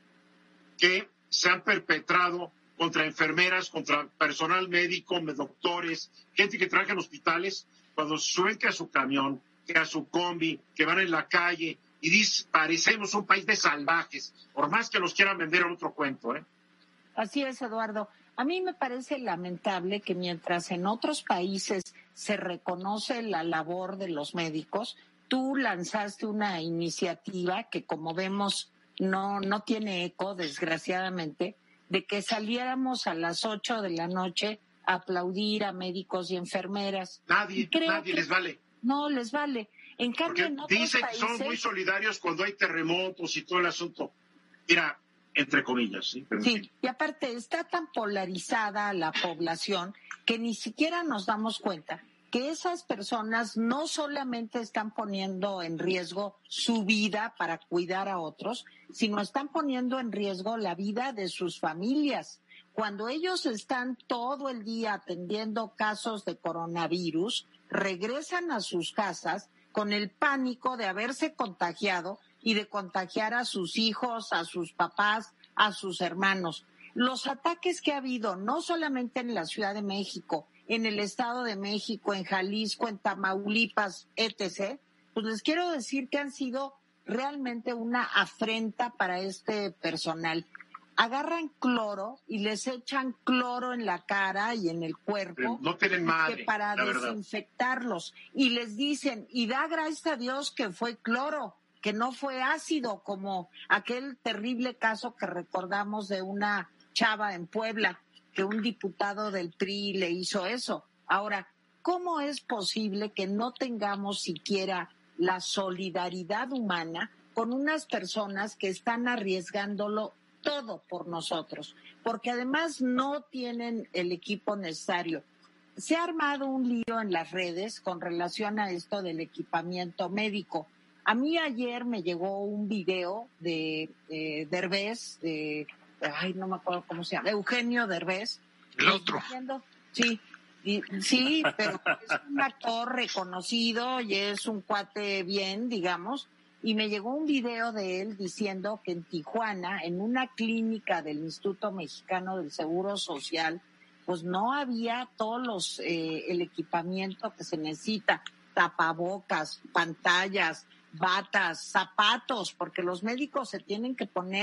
[SPEAKER 3] que se han perpetrado contra enfermeras, contra personal médico, doctores, gente que trabaja en hospitales, cuando suben que a su camión, que a su combi, que van en la calle, y dice, parecemos un país de salvajes, por más que los quieran vender en otro cuento, ¿eh?
[SPEAKER 4] Así es, Eduardo. A mí me parece lamentable que mientras en otros países se reconoce la labor de los médicos, tú lanzaste una iniciativa que, como vemos, no, no tiene eco, desgraciadamente, de que saliéramos a las ocho de la noche a aplaudir a médicos y enfermeras.
[SPEAKER 3] Nadie, nadie les vale.
[SPEAKER 4] No les vale. En cambio,
[SPEAKER 3] porque
[SPEAKER 4] en otros
[SPEAKER 3] dicen
[SPEAKER 4] países,
[SPEAKER 3] que son muy solidarios cuando hay terremotos y todo el asunto. Mira, entre comillas, ¿sí? Pero
[SPEAKER 4] sí, y aparte está tan polarizada la población que ni siquiera nos damos cuenta que esas personas no solamente están poniendo en riesgo su vida para cuidar a otros, sino están poniendo en riesgo la vida de sus familias. Cuando ellos están todo el día atendiendo casos de coronavirus, regresan a sus casas con el pánico de haberse contagiado y de contagiar a sus hijos, a sus papás, a sus hermanos. Los ataques que ha habido, no solamente en la Ciudad de México, en el Estado de México, en Jalisco, en Tamaulipas, etcétera, pues les quiero decir que han sido realmente una afrenta para este personal. Agarran cloro y les echan cloro en la cara y en el cuerpo.
[SPEAKER 3] No tienen madre,
[SPEAKER 4] que para desinfectarlos. Y les dicen, y da gracias a Dios que fue cloro, que no fue ácido, como aquel terrible caso que recordamos de una chava en Puebla, que un diputado del P R I le hizo eso. Ahora, ¿cómo es posible que no tengamos siquiera la solidaridad humana con unas personas que están arriesgándolo todo por nosotros? Porque además no tienen el equipo necesario. Se ha armado un lío en las redes con relación a esto del equipamiento médico. A mí ayer me llegó un video de eh, Derbez, de, ay, no me acuerdo cómo se llama, Eugenio Derbez.
[SPEAKER 5] El otro.
[SPEAKER 4] Diciendo, sí, y, sí, pero es un actor reconocido y es un cuate bien, digamos. Y me llegó un video de él diciendo que en Tijuana, en una clínica del Instituto Mexicano del Seguro Social, pues no había todos los, eh, el equipamiento que se necesita, tapabocas, pantallas, batas, zapatos, porque los médicos se tienen que poner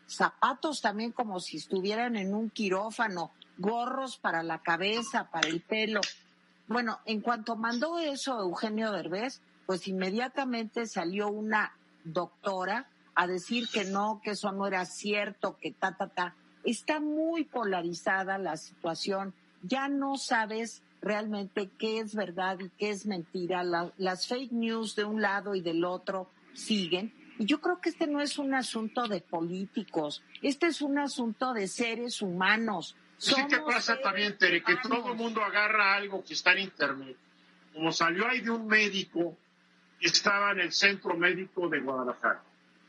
[SPEAKER 4] zapatos también como si estuvieran en un quirófano, gorros para la cabeza, para el pelo. Bueno, en cuanto mandó eso Eugenio Derbez, pues inmediatamente salió una doctora a decir que no, que eso no era cierto, que ta, ta, ta. Está muy polarizada la situación. Ya no sabes realmente qué es verdad y qué es mentira. La, las fake news de un lado y del otro siguen. Y yo creo que este no es un asunto de políticos. Este es un asunto de seres humanos.
[SPEAKER 3] Sí, ¿qué pasa también, Tere? Que todo el mundo agarra algo que está en internet. Como salió ahí de un médico que estaba en el Centro Médico de Guadalajara.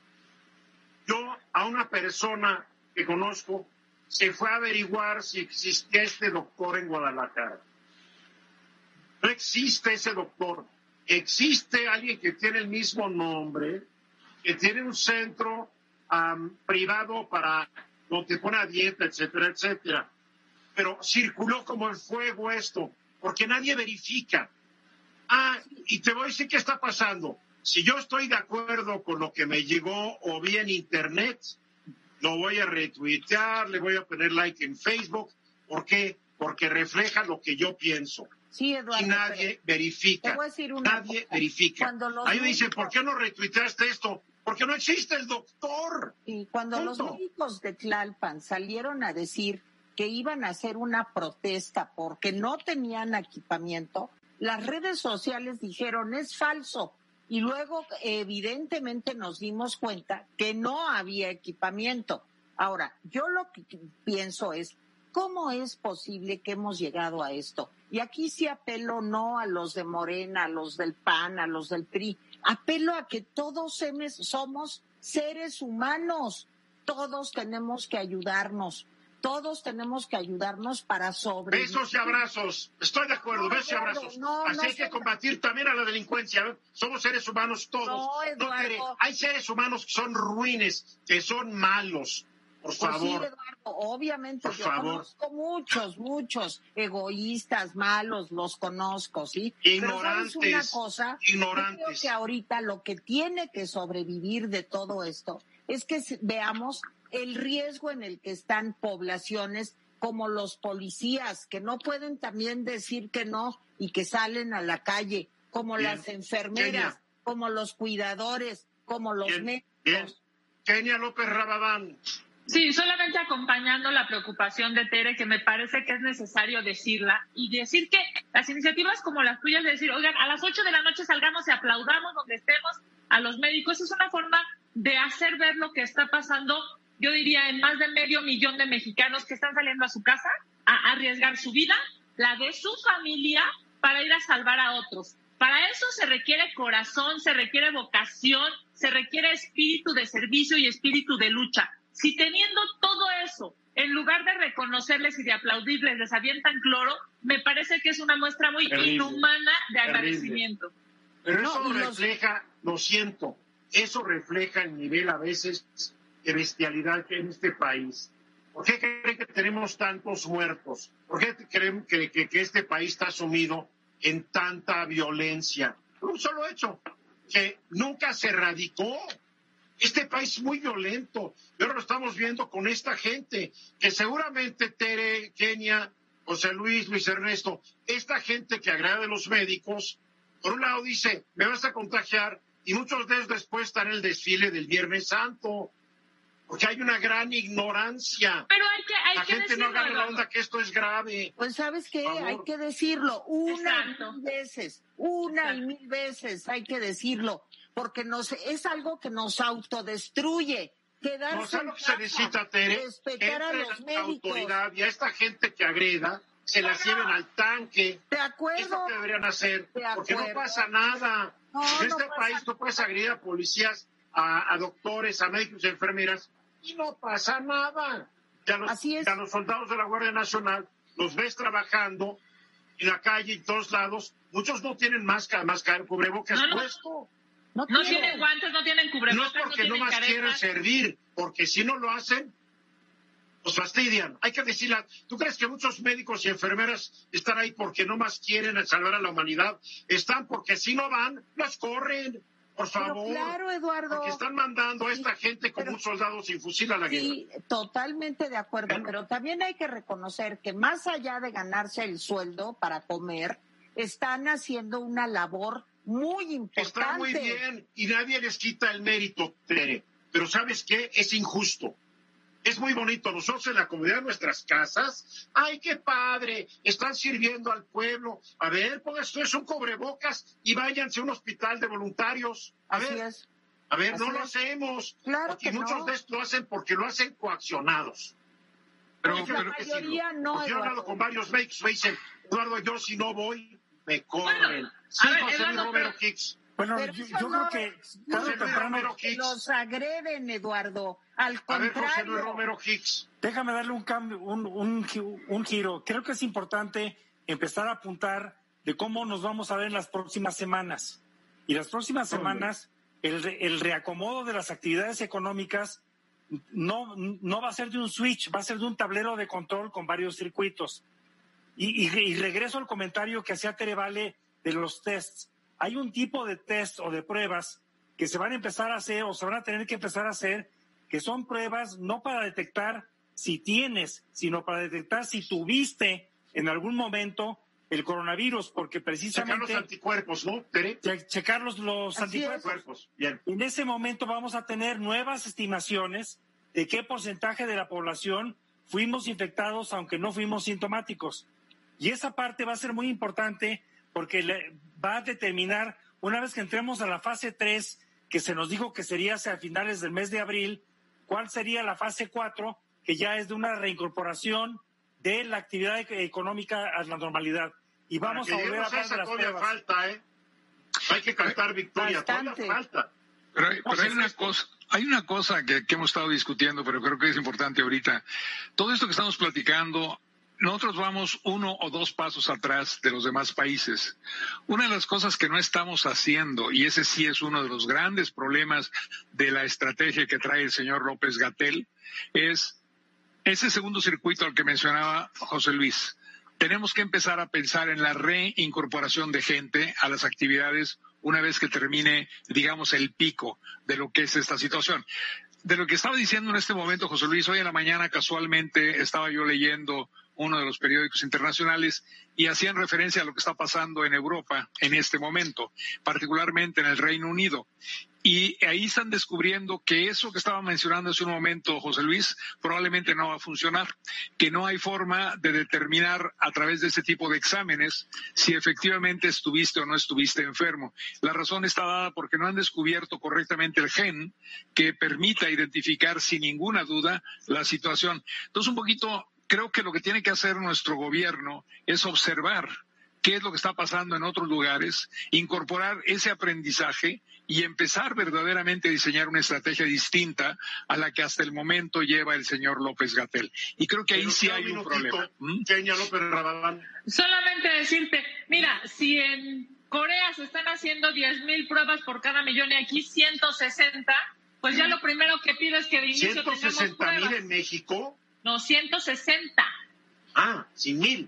[SPEAKER 3] Yo a una persona que conozco se fue a averiguar si existía este doctor en Guadalajara. No existe ese doctor. Existe alguien que tiene el mismo nombre, que tiene un centro um, privado para donde te pone a dieta, etcétera, etcétera. Pero circuló como el fuego esto, porque nadie verifica. Ah, y te voy a decir qué está pasando. Si yo estoy de acuerdo con lo que me llegó o vi en internet, lo voy a retuitear, le voy a poner like en Facebook. ¿Por qué? Porque refleja lo que yo pienso.
[SPEAKER 4] Sí, Eduardo,
[SPEAKER 3] y nadie verifica.
[SPEAKER 4] Te voy a decir una
[SPEAKER 3] nadie
[SPEAKER 4] cosa.
[SPEAKER 3] verifica. Ahí me
[SPEAKER 4] médicos...
[SPEAKER 3] dicen, ¿por qué no retuiteaste esto? Porque no existe el doctor.
[SPEAKER 4] Y cuando Punto. Los médicos de Tlalpan salieron a decir que iban a hacer una protesta porque no tenían equipamiento, las redes sociales dijeron es falso. Y luego, evidentemente, nos dimos cuenta que no había equipamiento. Ahora, yo lo que pienso es, ¿cómo es posible que hemos llegado a esto? Y aquí sí apelo no a los de Morena, a los del P A N, a los del P R I. Apelo a que todos somos seres humanos. Todos tenemos que ayudarnos. Todos tenemos que ayudarnos para sobrevivir.
[SPEAKER 3] Besos y abrazos. Estoy de acuerdo, no, besos y abrazos. No, Así no hay que no. combatir también a la delincuencia. Somos seres humanos todos.
[SPEAKER 4] No, Eduardo.
[SPEAKER 3] No, hay seres humanos que son ruines, que son malos. Por favor.
[SPEAKER 4] Pues sí, Eduardo, obviamente
[SPEAKER 3] Por
[SPEAKER 4] yo
[SPEAKER 3] favor.
[SPEAKER 4] conozco muchos, muchos egoístas, malos, los conozco, ¿sí?
[SPEAKER 3] Ignorantes.
[SPEAKER 4] Pero ¿sabes una cosa?
[SPEAKER 3] Ignorantes.
[SPEAKER 4] Yo creo que ahorita lo que tiene que sobrevivir de todo esto es que veamos el riesgo en el que están poblaciones como los policías, que no pueden también decir que no y que salen a la calle, como bien. Las enfermeras, Kenia. Como los cuidadores, como los
[SPEAKER 3] bien.
[SPEAKER 4] médicos.
[SPEAKER 3] Bien. Kenia López Rabadán.
[SPEAKER 6] Sí, solamente acompañando la preocupación de Tere, que me parece que es necesario decirla, y decir que las iniciativas como las tuyas de decir, oigan, a las ocho de la noche salgamos y aplaudamos donde estemos a los médicos, es una forma de hacer ver lo que está pasando, yo diría, en más de medio millón de mexicanos que están saliendo a su casa a arriesgar su vida, la de su familia, para ir a salvar a otros. Para eso se requiere corazón, se requiere vocación, se requiere espíritu de servicio y espíritu de lucha. Si teniendo todo eso, en lugar de reconocerles y de aplaudirles, les avientan cloro, me parece que es una muestra muy terrible, inhumana de agradecimiento.
[SPEAKER 3] Pero eso no, refleja, los... lo siento, eso refleja el nivel a veces de bestialidad que hay en este país. ¿Por qué creen que tenemos tantos muertos? ¿Por qué creen que, que, que este país está sumido en tanta violencia? Por un solo hecho, que nunca se erradicó. Este país es muy violento. Y ahora lo estamos viendo con esta gente, que seguramente Tere, Kenia, José Luis, Luis Ernesto, esta gente que agrada a los médicos, por un lado dice, me vas a contagiar, y muchos días después están en el desfile del Viernes Santo, porque hay una gran ignorancia.
[SPEAKER 6] Pero hay que, hay
[SPEAKER 3] la
[SPEAKER 6] que
[SPEAKER 3] gente
[SPEAKER 6] decirlo,
[SPEAKER 3] no agarra la onda que esto es grave.
[SPEAKER 4] Pues ¿sabes qué? Hay que decirlo una
[SPEAKER 6] Exacto.
[SPEAKER 4] y mil veces, una Exacto. y mil veces hay que decirlo, porque nos, es algo que nos autodestruye. Quedarse
[SPEAKER 3] no sé lo que se necesita, Tere,
[SPEAKER 4] respetar a los médicos.
[SPEAKER 3] Autoridad y a esta gente que agreda, se las lleven al tanque.
[SPEAKER 4] De acuerdo.
[SPEAKER 3] Es lo que deberían hacer,
[SPEAKER 4] de
[SPEAKER 3] porque
[SPEAKER 4] acuerdo.
[SPEAKER 3] no pasa nada.
[SPEAKER 4] No,
[SPEAKER 3] en
[SPEAKER 4] no
[SPEAKER 3] este
[SPEAKER 4] pasa
[SPEAKER 3] país tú puedes agredir a policías, a, a doctores, a médicos y enfermeras, y no pasa nada. Ya los,
[SPEAKER 4] Así es.
[SPEAKER 3] ya los soldados de la Guardia Nacional los ves trabajando en la calle, en todos lados. Muchos no tienen máscara, máscara, cubrebocas
[SPEAKER 6] no, no.
[SPEAKER 3] puesto.
[SPEAKER 6] No, no tienen. tienen guantes, no tienen cubrebocas,
[SPEAKER 3] no es porque
[SPEAKER 6] no,
[SPEAKER 3] no más
[SPEAKER 6] caretas.
[SPEAKER 3] quieren servir, porque si no lo hacen, los fastidian. Hay que decirla. ¿Tú crees que muchos médicos y enfermeras están ahí porque no más quieren salvar a la humanidad? Están porque si no van, los corren. Por favor.
[SPEAKER 4] Pero claro, Eduardo.
[SPEAKER 3] Porque están mandando a esta gente como
[SPEAKER 4] pero,
[SPEAKER 3] un soldado sin fusil a la guerra.
[SPEAKER 4] Sí, totalmente de acuerdo. ¿Eh? Pero también hay que reconocer que más allá de ganarse el sueldo para comer, están haciendo una labor muy importante.
[SPEAKER 3] Está muy bien y nadie les quita el mérito, Tere. Pero ¿sabes qué? Es injusto. Es muy bonito. Nosotros en la comunidad de nuestras casas, ¡ay, qué padre! Están sirviendo al pueblo. A ver, pues esto es un cubrebocas y váyanse a un hospital de voluntarios. A
[SPEAKER 4] Así
[SPEAKER 3] ver,
[SPEAKER 4] es.
[SPEAKER 3] a ver,
[SPEAKER 4] Así
[SPEAKER 3] no
[SPEAKER 4] es.
[SPEAKER 3] lo hacemos.
[SPEAKER 4] Claro
[SPEAKER 3] porque
[SPEAKER 4] que
[SPEAKER 3] muchos
[SPEAKER 4] no.
[SPEAKER 3] de estos lo hacen porque lo hacen coaccionados.
[SPEAKER 4] Pero,
[SPEAKER 3] Yo
[SPEAKER 4] pero,
[SPEAKER 3] creo
[SPEAKER 4] la
[SPEAKER 3] que
[SPEAKER 4] mayoría
[SPEAKER 3] sí,
[SPEAKER 4] no,
[SPEAKER 3] porque yo he hablado
[SPEAKER 4] Eduardo.
[SPEAKER 3] con varios médicos, me dicen, Eduardo, yo si no voy, me corren.
[SPEAKER 6] Bueno,
[SPEAKER 3] Sí,
[SPEAKER 6] a ver,
[SPEAKER 3] José Luis
[SPEAKER 6] Eduardo,
[SPEAKER 3] Romero
[SPEAKER 6] pero-
[SPEAKER 3] Hicks.
[SPEAKER 7] Bueno,
[SPEAKER 4] Pero
[SPEAKER 7] yo,
[SPEAKER 4] eso
[SPEAKER 7] yo
[SPEAKER 4] no
[SPEAKER 7] creo que
[SPEAKER 3] José
[SPEAKER 7] tarde o
[SPEAKER 3] Luis
[SPEAKER 7] temprano,
[SPEAKER 3] Romero Hicks.
[SPEAKER 4] Los agreden, Eduardo. Al
[SPEAKER 3] A ver, José Luis
[SPEAKER 4] contrario.
[SPEAKER 3] Romero Hicks.
[SPEAKER 7] déjame darle un cambio, un, un, gi- un giro. Creo que es importante empezar a apuntar de cómo nos vamos a ver en las próximas semanas. Y las próximas semanas, el, re- el reacomodo de las actividades económicas no, no va a ser de un switch, va a ser de un tablero de control con varios circuitos. Y, y, y regreso al comentario que hacía Tere Vale de los tests. Hay un tipo de test o de pruebas que se van a empezar a hacer o se van a tener que empezar a hacer, que son pruebas no para detectar si tienes, sino para detectar si tuviste en algún momento el coronavirus, porque
[SPEAKER 3] Checar
[SPEAKER 7] precisamente...
[SPEAKER 3] los anticuerpos, ¿no, Tere?
[SPEAKER 7] che- checar los, los
[SPEAKER 4] Así es.
[SPEAKER 7] anticuerpos.
[SPEAKER 3] Anticuerpos, bien.
[SPEAKER 7] En ese momento vamos a tener nuevas estimaciones de qué porcentaje de la población fuimos infectados aunque no fuimos sintomáticos. Y esa parte va a ser muy importante porque le, va a determinar, una vez que entremos a la fase tres, que se nos dijo que sería hacia finales del mes de abril, cuál sería la fase cuatro, que ya es de una reincorporación de la actividad e- económica a la normalidad. Y vamos
[SPEAKER 3] Para
[SPEAKER 7] a
[SPEAKER 3] que
[SPEAKER 7] volver a
[SPEAKER 3] lleguemos a
[SPEAKER 7] hablar de
[SPEAKER 3] esa
[SPEAKER 7] las
[SPEAKER 3] todavía
[SPEAKER 7] pruebas.
[SPEAKER 3] falta, ¿eh? Hay que cantar victoria,
[SPEAKER 4] Bastante.
[SPEAKER 3] todavía falta.
[SPEAKER 5] Pero, hay- pero hay una cosa, hay una cosa que, que hemos estado discutiendo, pero creo que es importante ahorita. Todo esto que estamos platicando, nosotros vamos uno o dos pasos atrás de los demás países. Una de las cosas que no estamos haciendo, y ese sí es uno de los grandes problemas de la estrategia que trae el señor López-Gatell, es ese segundo circuito al que mencionaba José Luis. Tenemos que empezar a pensar en la reincorporación de gente a las actividades una vez que termine, digamos, el pico de lo que es esta situación. De lo que estaba diciendo en este momento José Luis, hoy en la mañana casualmente estaba yo leyendo uno de los periódicos internacionales y hacían referencia a lo que está pasando en Europa en este momento, particularmente en el Reino Unido. Y ahí están descubriendo que eso que estaba mencionando hace un momento José Luis probablemente no va a funcionar, que no hay forma de determinar a través de este tipo de exámenes si efectivamente estuviste o no estuviste enfermo. La razón está dada porque no han descubierto correctamente el gen que permita identificar sin ninguna duda la situación. Entonces, un poquito, creo que lo que tiene que hacer nuestro gobierno es observar qué es lo que está pasando en otros lugares, incorporar ese aprendizaje y empezar verdaderamente a diseñar una estrategia distinta a la que hasta el momento lleva el señor López-Gatell. Y creo que ahí
[SPEAKER 3] Pero
[SPEAKER 5] sí
[SPEAKER 3] qué
[SPEAKER 5] hay un
[SPEAKER 3] minutito,
[SPEAKER 5] problema. ¿Mm?
[SPEAKER 3] Kenia López Rabadán.
[SPEAKER 6] Solamente decirte, mira, si en Corea se están haciendo diez mil pruebas por cada millón y aquí ciento sesenta, pues ya lo primero que pido es que de inicio
[SPEAKER 3] ¿ciento
[SPEAKER 6] tengamos
[SPEAKER 3] sesenta mil
[SPEAKER 6] pruebas.
[SPEAKER 3] en México?
[SPEAKER 6] No, ciento sesenta.
[SPEAKER 3] Ah, sin mil.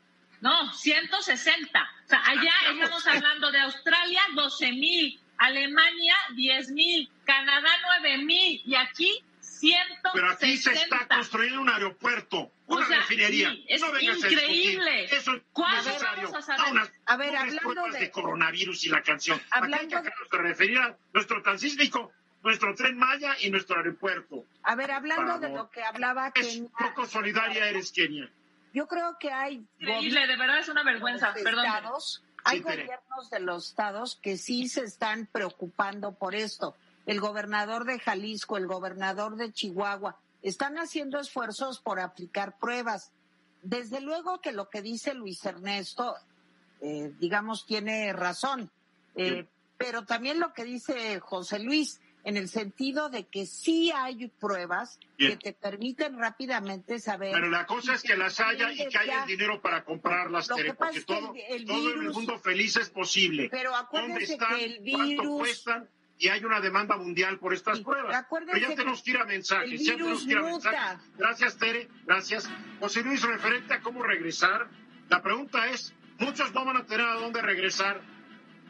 [SPEAKER 6] No, ciento sesenta. O sea, allá estamos hablando de Australia, doce mil, Alemania, diez mil, Canadá, nueve mil, y aquí, ciento sesenta.
[SPEAKER 3] Pero aquí se está construyendo un aeropuerto, una
[SPEAKER 6] O sea,
[SPEAKER 3] refinería.
[SPEAKER 6] sí, es
[SPEAKER 3] no vengas a
[SPEAKER 6] increíble.
[SPEAKER 3] discutir. Eso es
[SPEAKER 6] ¿Cuándo
[SPEAKER 3] necesario.
[SPEAKER 6] vamos a saber?
[SPEAKER 3] A, unas,
[SPEAKER 4] A ver,
[SPEAKER 3] unas
[SPEAKER 4] hablando
[SPEAKER 3] pruebas
[SPEAKER 4] de-
[SPEAKER 3] de coronavirus y la canción.
[SPEAKER 4] Hablando
[SPEAKER 3] Aquí hay que
[SPEAKER 4] de-
[SPEAKER 3] referir a nuestro transísmico, nuestro tren Maya y nuestro aeropuerto.
[SPEAKER 4] A ver, hablando
[SPEAKER 3] Por
[SPEAKER 4] de
[SPEAKER 3] favor.
[SPEAKER 4] lo que hablaba
[SPEAKER 3] Es
[SPEAKER 4] Kenia,
[SPEAKER 3] poco solidaria eres, Kenia.
[SPEAKER 4] yo creo que hay
[SPEAKER 6] Increíble, de verdad es una vergüenza.
[SPEAKER 4] los
[SPEAKER 6] Perdón.
[SPEAKER 4] estados, hay
[SPEAKER 3] Sí, Tere.
[SPEAKER 4] gobiernos de los estados que sí se están preocupando por esto. El gobernador de Jalisco, el gobernador de Chihuahua, están haciendo esfuerzos por aplicar pruebas. Desde luego que lo que dice Luis Ernesto, eh, digamos, tiene razón, eh,
[SPEAKER 3] Sí.
[SPEAKER 4] pero también lo que dice José Luis, en el sentido de que sí hay pruebas
[SPEAKER 3] Bien.
[SPEAKER 4] que te permiten rápidamente saber.
[SPEAKER 3] Pero la cosa es que las haya y que haya
[SPEAKER 4] ya-
[SPEAKER 3] el dinero para comprarlas,
[SPEAKER 4] Lo
[SPEAKER 3] Tere,
[SPEAKER 4] que pasa
[SPEAKER 3] porque
[SPEAKER 4] es que
[SPEAKER 3] todo,
[SPEAKER 4] el- el
[SPEAKER 3] todo en el
[SPEAKER 4] virus-
[SPEAKER 3] mundo feliz es posible.
[SPEAKER 4] Pero
[SPEAKER 3] ¿Dónde
[SPEAKER 4] acuérdense
[SPEAKER 3] están?
[SPEAKER 4] que el
[SPEAKER 3] ¿Cuánto
[SPEAKER 4] virus...
[SPEAKER 3] cuestan? Y hay una demanda mundial por estas
[SPEAKER 4] Sí,
[SPEAKER 3] pruebas.
[SPEAKER 4] acuérdense
[SPEAKER 3] Pero ya tenemos que ir a mensajes.
[SPEAKER 4] el
[SPEAKER 3] ya tenemos
[SPEAKER 4] virus
[SPEAKER 3] que ir a
[SPEAKER 4] muta.
[SPEAKER 3] mensajes. Gracias, Tere. Gracias. José Luis, referente a cómo regresar, la pregunta es, muchos no van a tener a dónde regresar.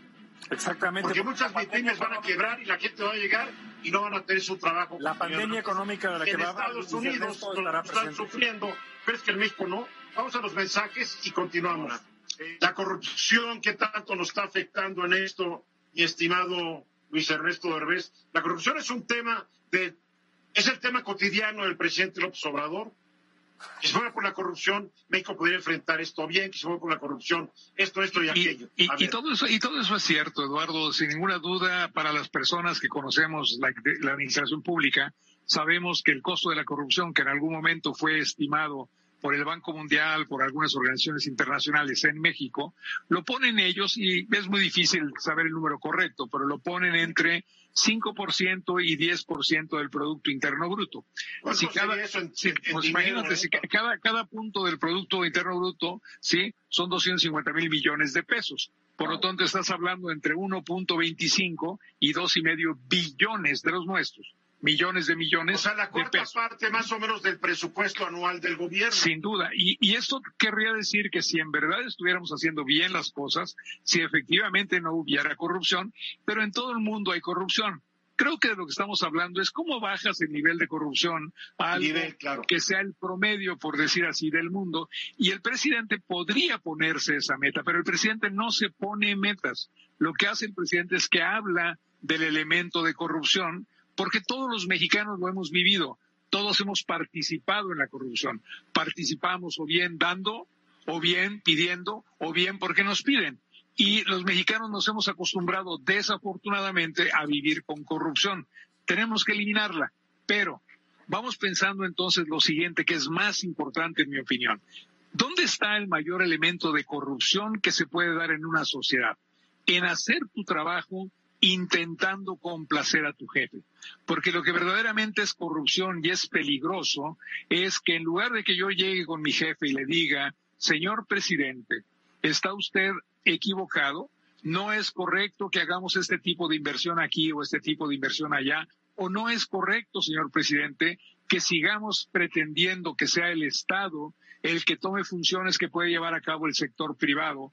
[SPEAKER 7] Exactamente.
[SPEAKER 3] Porque muchas MIPYMES van a quebrar y la gente va a llegar y no van a tener su trabajo.
[SPEAKER 7] La pandemia económica de la que va a
[SPEAKER 3] Estados Unidos lo están sufriendo, pero es que en México no. Vamos a los mensajes y continuamos. La corrupción, ¿qué tanto nos está afectando en esto, mi estimado Luis Ernesto Derbez? La corrupción es un tema de, es el tema cotidiano del presidente López Obrador. Que si fuera por la corrupción, México podría enfrentar esto bien, que si fuera por la corrupción, esto, esto y aquello.
[SPEAKER 5] Y, y, y todo eso, y todo eso es cierto, Eduardo, sin ninguna duda, para las personas que conocemos la, la administración pública, sabemos que el costo de la corrupción, que en algún momento fue estimado por el Banco Mundial, por algunas organizaciones internacionales en México, lo ponen ellos, y es muy difícil saber el número correcto, pero lo ponen entre cinco por ciento y diez por ciento del Producto Interno Bruto. Si cada, eso en, si, en pues dinero, imagínate, ¿eh? Si cada, cada punto del Producto Interno Bruto, sí, son doscientos cincuenta mil millones de pesos. Por lo tanto, estás hablando entre uno punto veinticinco y dos y medio billones de los nuestros. Millones de millones.
[SPEAKER 3] O sea, la cuarta parte más o menos del presupuesto anual del gobierno.
[SPEAKER 5] Sin duda. Y, y esto querría decir que si en verdad estuviéramos haciendo bien las cosas, si efectivamente no hubiera corrupción, pero en todo el mundo hay corrupción. Creo que de lo que estamos hablando es cómo bajas el nivel de corrupción a algo nivel, claro. que sea el promedio, por decir así, del mundo. Y el presidente podría ponerse esa meta, pero el presidente no se pone metas. Lo que hace el presidente es que habla del elemento de corrupción, porque todos los mexicanos lo hemos vivido, todos hemos participado en la corrupción. Participamos o bien dando, o bien pidiendo, o bien porque nos piden. Y los mexicanos nos hemos acostumbrado desafortunadamente a vivir con corrupción. Tenemos que eliminarla, pero vamos pensando entonces lo siguiente, que es más importante en mi opinión. ¿Dónde está el mayor elemento de corrupción que se puede dar en una sociedad? En hacer tu trabajo intentando complacer a tu jefe. Porque lo que verdaderamente es corrupción y es peligroso es que en lugar de que yo llegue con mi jefe y le diga, señor presidente, ¿está usted equivocado? No es correcto que hagamos este tipo de inversión aquí o este tipo de inversión allá, o no es correcto, señor presidente, que sigamos pretendiendo que sea el Estado el que tome funciones que puede llevar a cabo el sector privado.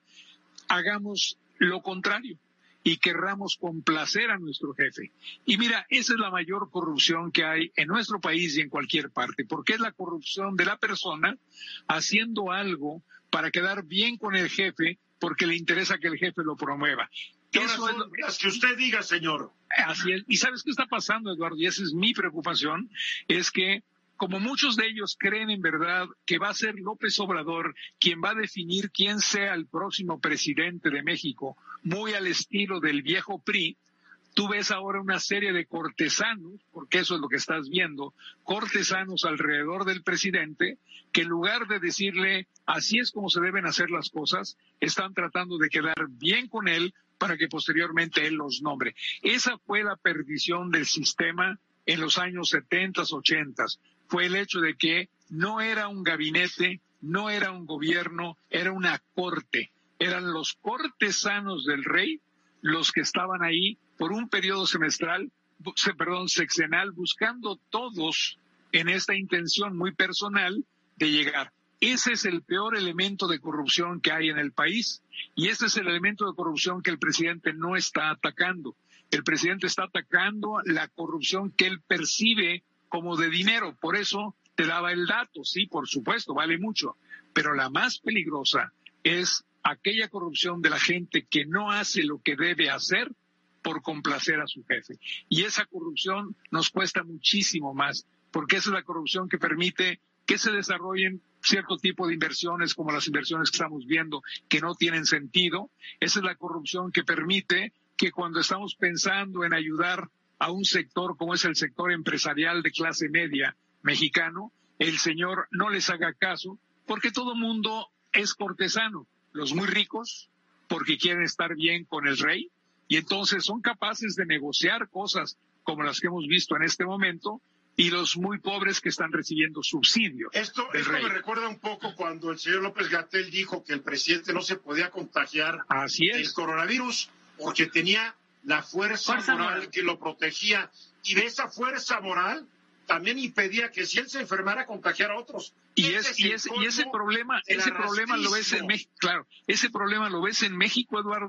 [SPEAKER 5] Hagamos lo contrario y querramos complacer a nuestro jefe. Y mira, esa es la mayor corrupción que hay en nuestro país y en cualquier parte, porque es la corrupción de la persona haciendo algo para quedar bien con el jefe, porque le interesa que el jefe lo promueva.
[SPEAKER 3] Eso es lo que, que usted diga, señor.
[SPEAKER 5] Así es. ¿Y sabes qué está pasando, Eduardo? Y esa es mi preocupación, es que como muchos de ellos creen en verdad que va a ser López Obrador quien va a definir quién sea el próximo presidente de México, muy al estilo del viejo P R I, tú ves ahora una serie de cortesanos, porque eso es lo que estás viendo, cortesanos alrededor del presidente, que en lugar de decirle así es como se deben hacer las cosas, están tratando de quedar bien con él para que posteriormente él los nombre. Esa fue la perdición del sistema en los años setenta, ochenta. Fue el hecho de que no era un gabinete, no era un gobierno, era una corte. Eran los cortesanos del rey los que estaban ahí por un periodo semestral, perdón, sexenal, buscando todos en esta intención muy personal de llegar. Ese es el peor elemento de corrupción que hay en el país y ese es el elemento de corrupción que el presidente no está atacando. El presidente está atacando la corrupción que él percibe como de dinero. Por eso te daba el dato, sí, por supuesto, vale mucho. Pero la más peligrosa es aquella corrupción de la gente que no hace lo que debe hacer por complacer a su jefe. Y esa corrupción nos cuesta muchísimo más, porque esa es la corrupción que permite que se desarrollen cierto tipo de inversiones, como las inversiones que estamos viendo, que no tienen sentido. Esa es la corrupción que permite que cuando estamos pensando en ayudar a un sector como es el sector empresarial de clase media mexicano, el señor no les haga caso, porque todo mundo es cortesano. Los muy ricos, porque quieren estar bien con el rey, y entonces son capaces de negociar cosas como las que hemos visto en este momento, y los muy pobres que están recibiendo subsidio.
[SPEAKER 3] Esto, esto me recuerda un poco cuando el señor López-Gatell dijo que el presidente no se podía contagiar
[SPEAKER 5] Así es.
[SPEAKER 3] el coronavirus porque tenía la fuerza, fuerza moral, moral que lo protegía, y de esa fuerza moral también impedía que si él se enfermara contagiara a otros.
[SPEAKER 5] Y es, y ese, y ese problema, ese problema lo ves en México, claro, ese problema lo ves en México, Eduardo,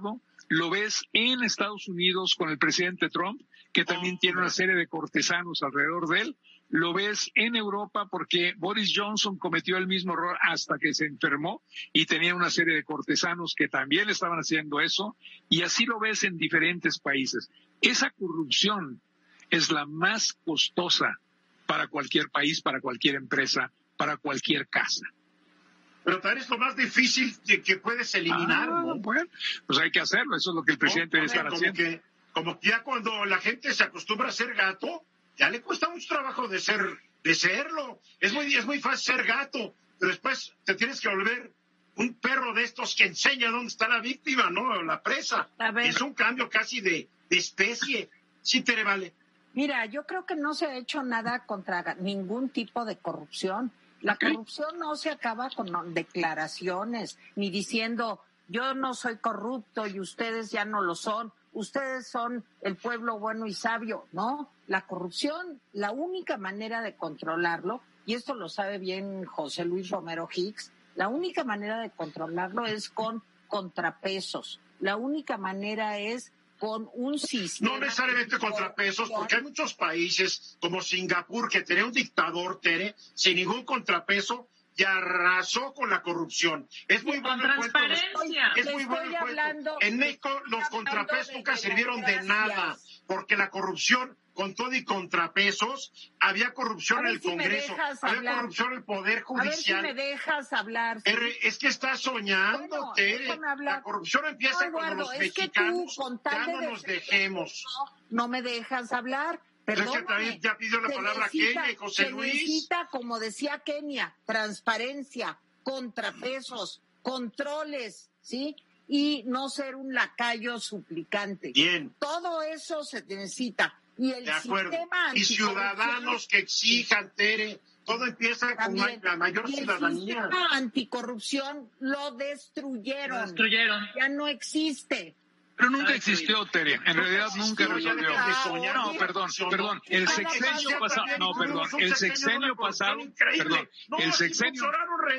[SPEAKER 5] lo ves en Estados Unidos con el presidente Trump, que también tiene una serie de cortesanos alrededor de él. Lo ves en Europa porque Boris Johnson cometió el mismo error hasta que se enfermó y tenía una serie de cortesanos que también estaban haciendo eso, y así lo ves en diferentes países. Esa corrupción es la más costosa para cualquier país, para cualquier empresa, para cualquier casa.
[SPEAKER 3] Pero también es lo más difícil que, que puedes eliminar,
[SPEAKER 5] ah,
[SPEAKER 3] ¿no?
[SPEAKER 5] Bueno, pues hay que hacerlo, eso es lo que el presidente
[SPEAKER 3] no,
[SPEAKER 5] debe estar
[SPEAKER 3] como
[SPEAKER 5] haciendo.
[SPEAKER 3] Que, como que ya cuando la gente se acostumbra a ser gato, ya le cuesta mucho trabajo de ser, de serlo. Es muy, es muy fácil ser gato, pero después te tienes que volver un perro de estos que enseña dónde está la víctima, ¿no? La presa. Es un cambio casi de, de especie. Sí, Tere, vale.
[SPEAKER 4] Mira, yo creo que no se ha hecho nada contra ningún tipo de corrupción. La okay. corrupción no se acaba con declaraciones, ni diciendo yo no soy corrupto y ustedes ya no lo son. Ustedes son el pueblo bueno y sabio, ¿no? La corrupción, la única manera de controlarlo, y esto lo sabe bien José Luis Romero Hicks, la única manera de controlarlo es con contrapesos. La única manera es con un sistema...
[SPEAKER 3] No necesariamente contrapesos, porque hay muchos países como Singapur que tenía un dictador, Tere, sin ningún contrapeso, y arrasó con la corrupción. Es muy bueno el cuento. Es muy bueno el cuento. En México los contrapesos nunca sirvieron de nada, porque la corrupción, con todo y contrapesos, había corrupción en el Congreso, había corrupción en el Poder Judicial.
[SPEAKER 4] A ver si me dejas hablar. ¿Sí?
[SPEAKER 3] Es que estás soñando, bueno, Tere. La corrupción empieza no, cuando los mexicanos ya no nos dejemos.
[SPEAKER 4] No, no me dejas hablar. Perdóname,
[SPEAKER 3] también ya pidió la palabra necesita, Kenia y José Luis.
[SPEAKER 4] Necesita, como decía Kenia, transparencia, contrapesos, controles, ¿sí? Y no ser un lacayo suplicante.
[SPEAKER 3] Bien.
[SPEAKER 4] Todo eso se necesita. Y el
[SPEAKER 3] de acuerdo.
[SPEAKER 4] Sistema
[SPEAKER 3] y ciudadanos que exijan, Tere. Todo empieza también, con la mayor
[SPEAKER 4] y
[SPEAKER 3] ciudadanía.
[SPEAKER 4] El sistema anticorrupción lo destruyeron.
[SPEAKER 6] Lo destruyeron.
[SPEAKER 4] Ya no existe.
[SPEAKER 5] Pero nunca existió, Tere. En realidad nunca resolvió. No, perdón, perdón. El sexenio pasado, no, perdón. El sexenio pasado, perdón. El sexenio,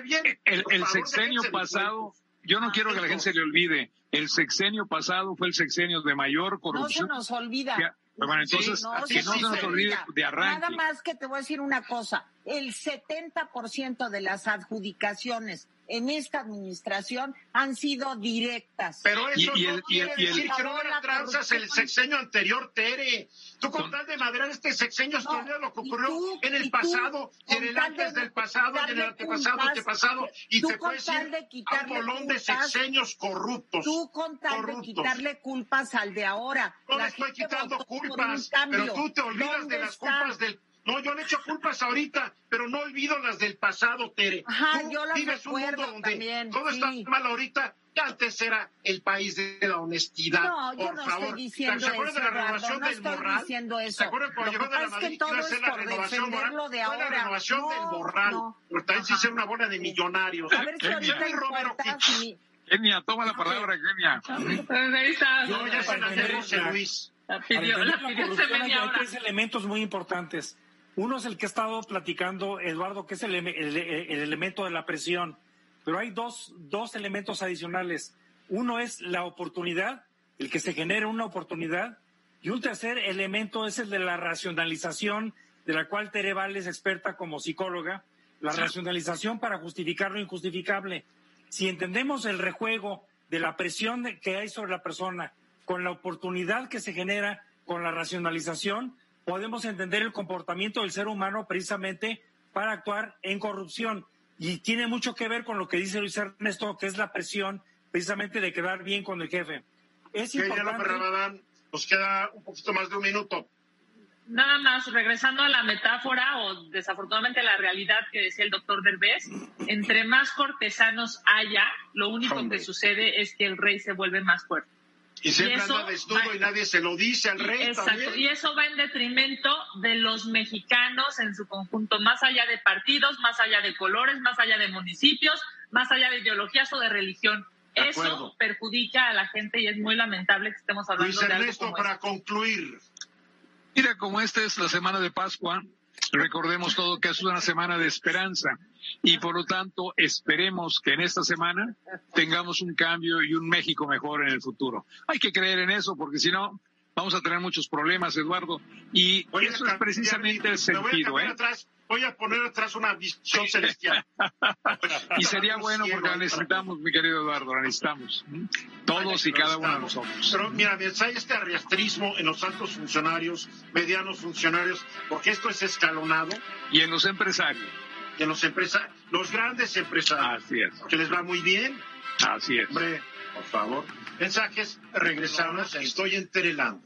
[SPEAKER 5] el, el sexenio pasado, yo no quiero que a la gente se le olvide. El sexenio pasado fue el sexenio de mayor corrupción.
[SPEAKER 4] No se nos olvida.
[SPEAKER 5] Que, bueno, entonces,
[SPEAKER 4] sí, no,
[SPEAKER 5] que no se nos olvide de arranque.
[SPEAKER 4] Nada más que te voy a decir una cosa. El setenta por ciento de las adjudicaciones en esta administración han sido directas.
[SPEAKER 3] Pero eso y, y no el, quiere y el, decir y el, que no hubiera tranzas el sexenio anterior, Tere. Tú con tal de madrear este sexenio es no, lo que ocurrió tú, en el pasado, y en el antes del pasado, y en el antepasado, culpas, antepasado, y te puedes ir a un bolón de sexenios corruptos.
[SPEAKER 4] Tú con tal
[SPEAKER 3] corruptos.
[SPEAKER 4] de quitarle culpas al de ahora.
[SPEAKER 3] No le estoy quitando culpas, pero tú te olvidas de las está? culpas del... No, yo le echo culpas ahorita, pero no olvido las del pasado, Tere.
[SPEAKER 4] Ajá,
[SPEAKER 3] Tú
[SPEAKER 4] yo las
[SPEAKER 3] vives un mundo donde
[SPEAKER 4] también,
[SPEAKER 3] todo
[SPEAKER 4] sí.
[SPEAKER 3] está mal ahorita, que antes era el país de la honestidad.
[SPEAKER 4] No, yo
[SPEAKER 3] por
[SPEAKER 4] no
[SPEAKER 3] favor.
[SPEAKER 4] estoy diciendo
[SPEAKER 3] ¿Se acuerdan
[SPEAKER 4] eso,
[SPEAKER 3] de la renovación
[SPEAKER 4] no
[SPEAKER 3] del
[SPEAKER 4] estoy
[SPEAKER 3] Morral?
[SPEAKER 4] diciendo eso.
[SPEAKER 3] ¿Se acuerdan cuando llegó de la Madrid que iba a hacer la renovación moral?
[SPEAKER 4] De
[SPEAKER 3] Fue la renovación
[SPEAKER 4] no,
[SPEAKER 3] del Morral.
[SPEAKER 4] No,
[SPEAKER 3] pero también se hizo una bola de millonarios.
[SPEAKER 4] A ver si ahorita importas mi...
[SPEAKER 5] Kenia, toma la palabra, Kenia.
[SPEAKER 3] Yo ya se la de José Luis.
[SPEAKER 7] La pidió, la pidió hace media hora. Hay tres elementos muy importantes. Uno es el que ha estado platicando Eduardo, que es el, el, el elemento de la presión. Pero hay dos, dos elementos adicionales. Uno es la oportunidad, el que se genere una oportunidad. Y un tercer elemento es el de la racionalización, de la cual Tere Val es experta como psicóloga. La racionalización para justificar lo injustificable. Si entendemos el rejuego de la presión que hay sobre la persona con la oportunidad que se genera con la racionalización, podemos entender el comportamiento del ser humano precisamente para actuar en corrupción. Y tiene mucho que ver con lo que dice Luis Ernesto, que es la presión precisamente de quedar bien con el jefe. Es importante...
[SPEAKER 3] Rabadán, nos queda un poquito más de un minuto.
[SPEAKER 6] Nada más, regresando a la metáfora o desafortunadamente la realidad que decía el doctor Derbez, entre más cortesanos haya, lo único Hombre. que sucede es que el rey se vuelve más fuerte.
[SPEAKER 3] Y siempre y anda desnudo va, y nadie se lo dice al rey.
[SPEAKER 6] Exacto,
[SPEAKER 3] también.
[SPEAKER 6] Y eso va en detrimento de los mexicanos en su conjunto, más allá de partidos, más allá de colores, más allá de municipios, más allá de ideologías o de religión. De eso acuerdo. perjudica a la gente y es muy lamentable que estemos hablando
[SPEAKER 3] Luis
[SPEAKER 6] de algo
[SPEAKER 3] Ernesto,
[SPEAKER 6] como
[SPEAKER 3] para
[SPEAKER 6] esto.
[SPEAKER 3] concluir.
[SPEAKER 5] Mira, como esta es la semana de Pascua, Recordemos todo que es una semana de esperanza y por lo tanto esperemos que en esta semana tengamos un cambio y un México mejor en el futuro. Hay que creer en eso porque si no vamos a tener muchos problemas, Eduardo, y
[SPEAKER 3] voy
[SPEAKER 5] eso es precisamente el sentido,
[SPEAKER 3] voy a
[SPEAKER 5] ¿eh?
[SPEAKER 3] Atrás, voy a poner atrás una visión celestial.
[SPEAKER 5] Y sería bueno porque la necesitamos, mi querido Eduardo, la necesitamos. Todos y cada uno de nosotros.
[SPEAKER 3] Pero mira, hay este arrastrismo en los altos funcionarios, medianos funcionarios, porque esto es escalonado.
[SPEAKER 5] Y en los empresarios.
[SPEAKER 3] Y en los empresarios, los grandes empresarios.
[SPEAKER 5] Así es.
[SPEAKER 3] Que les va muy bien.
[SPEAKER 5] Así es.
[SPEAKER 3] Hombre, por favor. Mensajes, regresamos, estoy en Terelandia.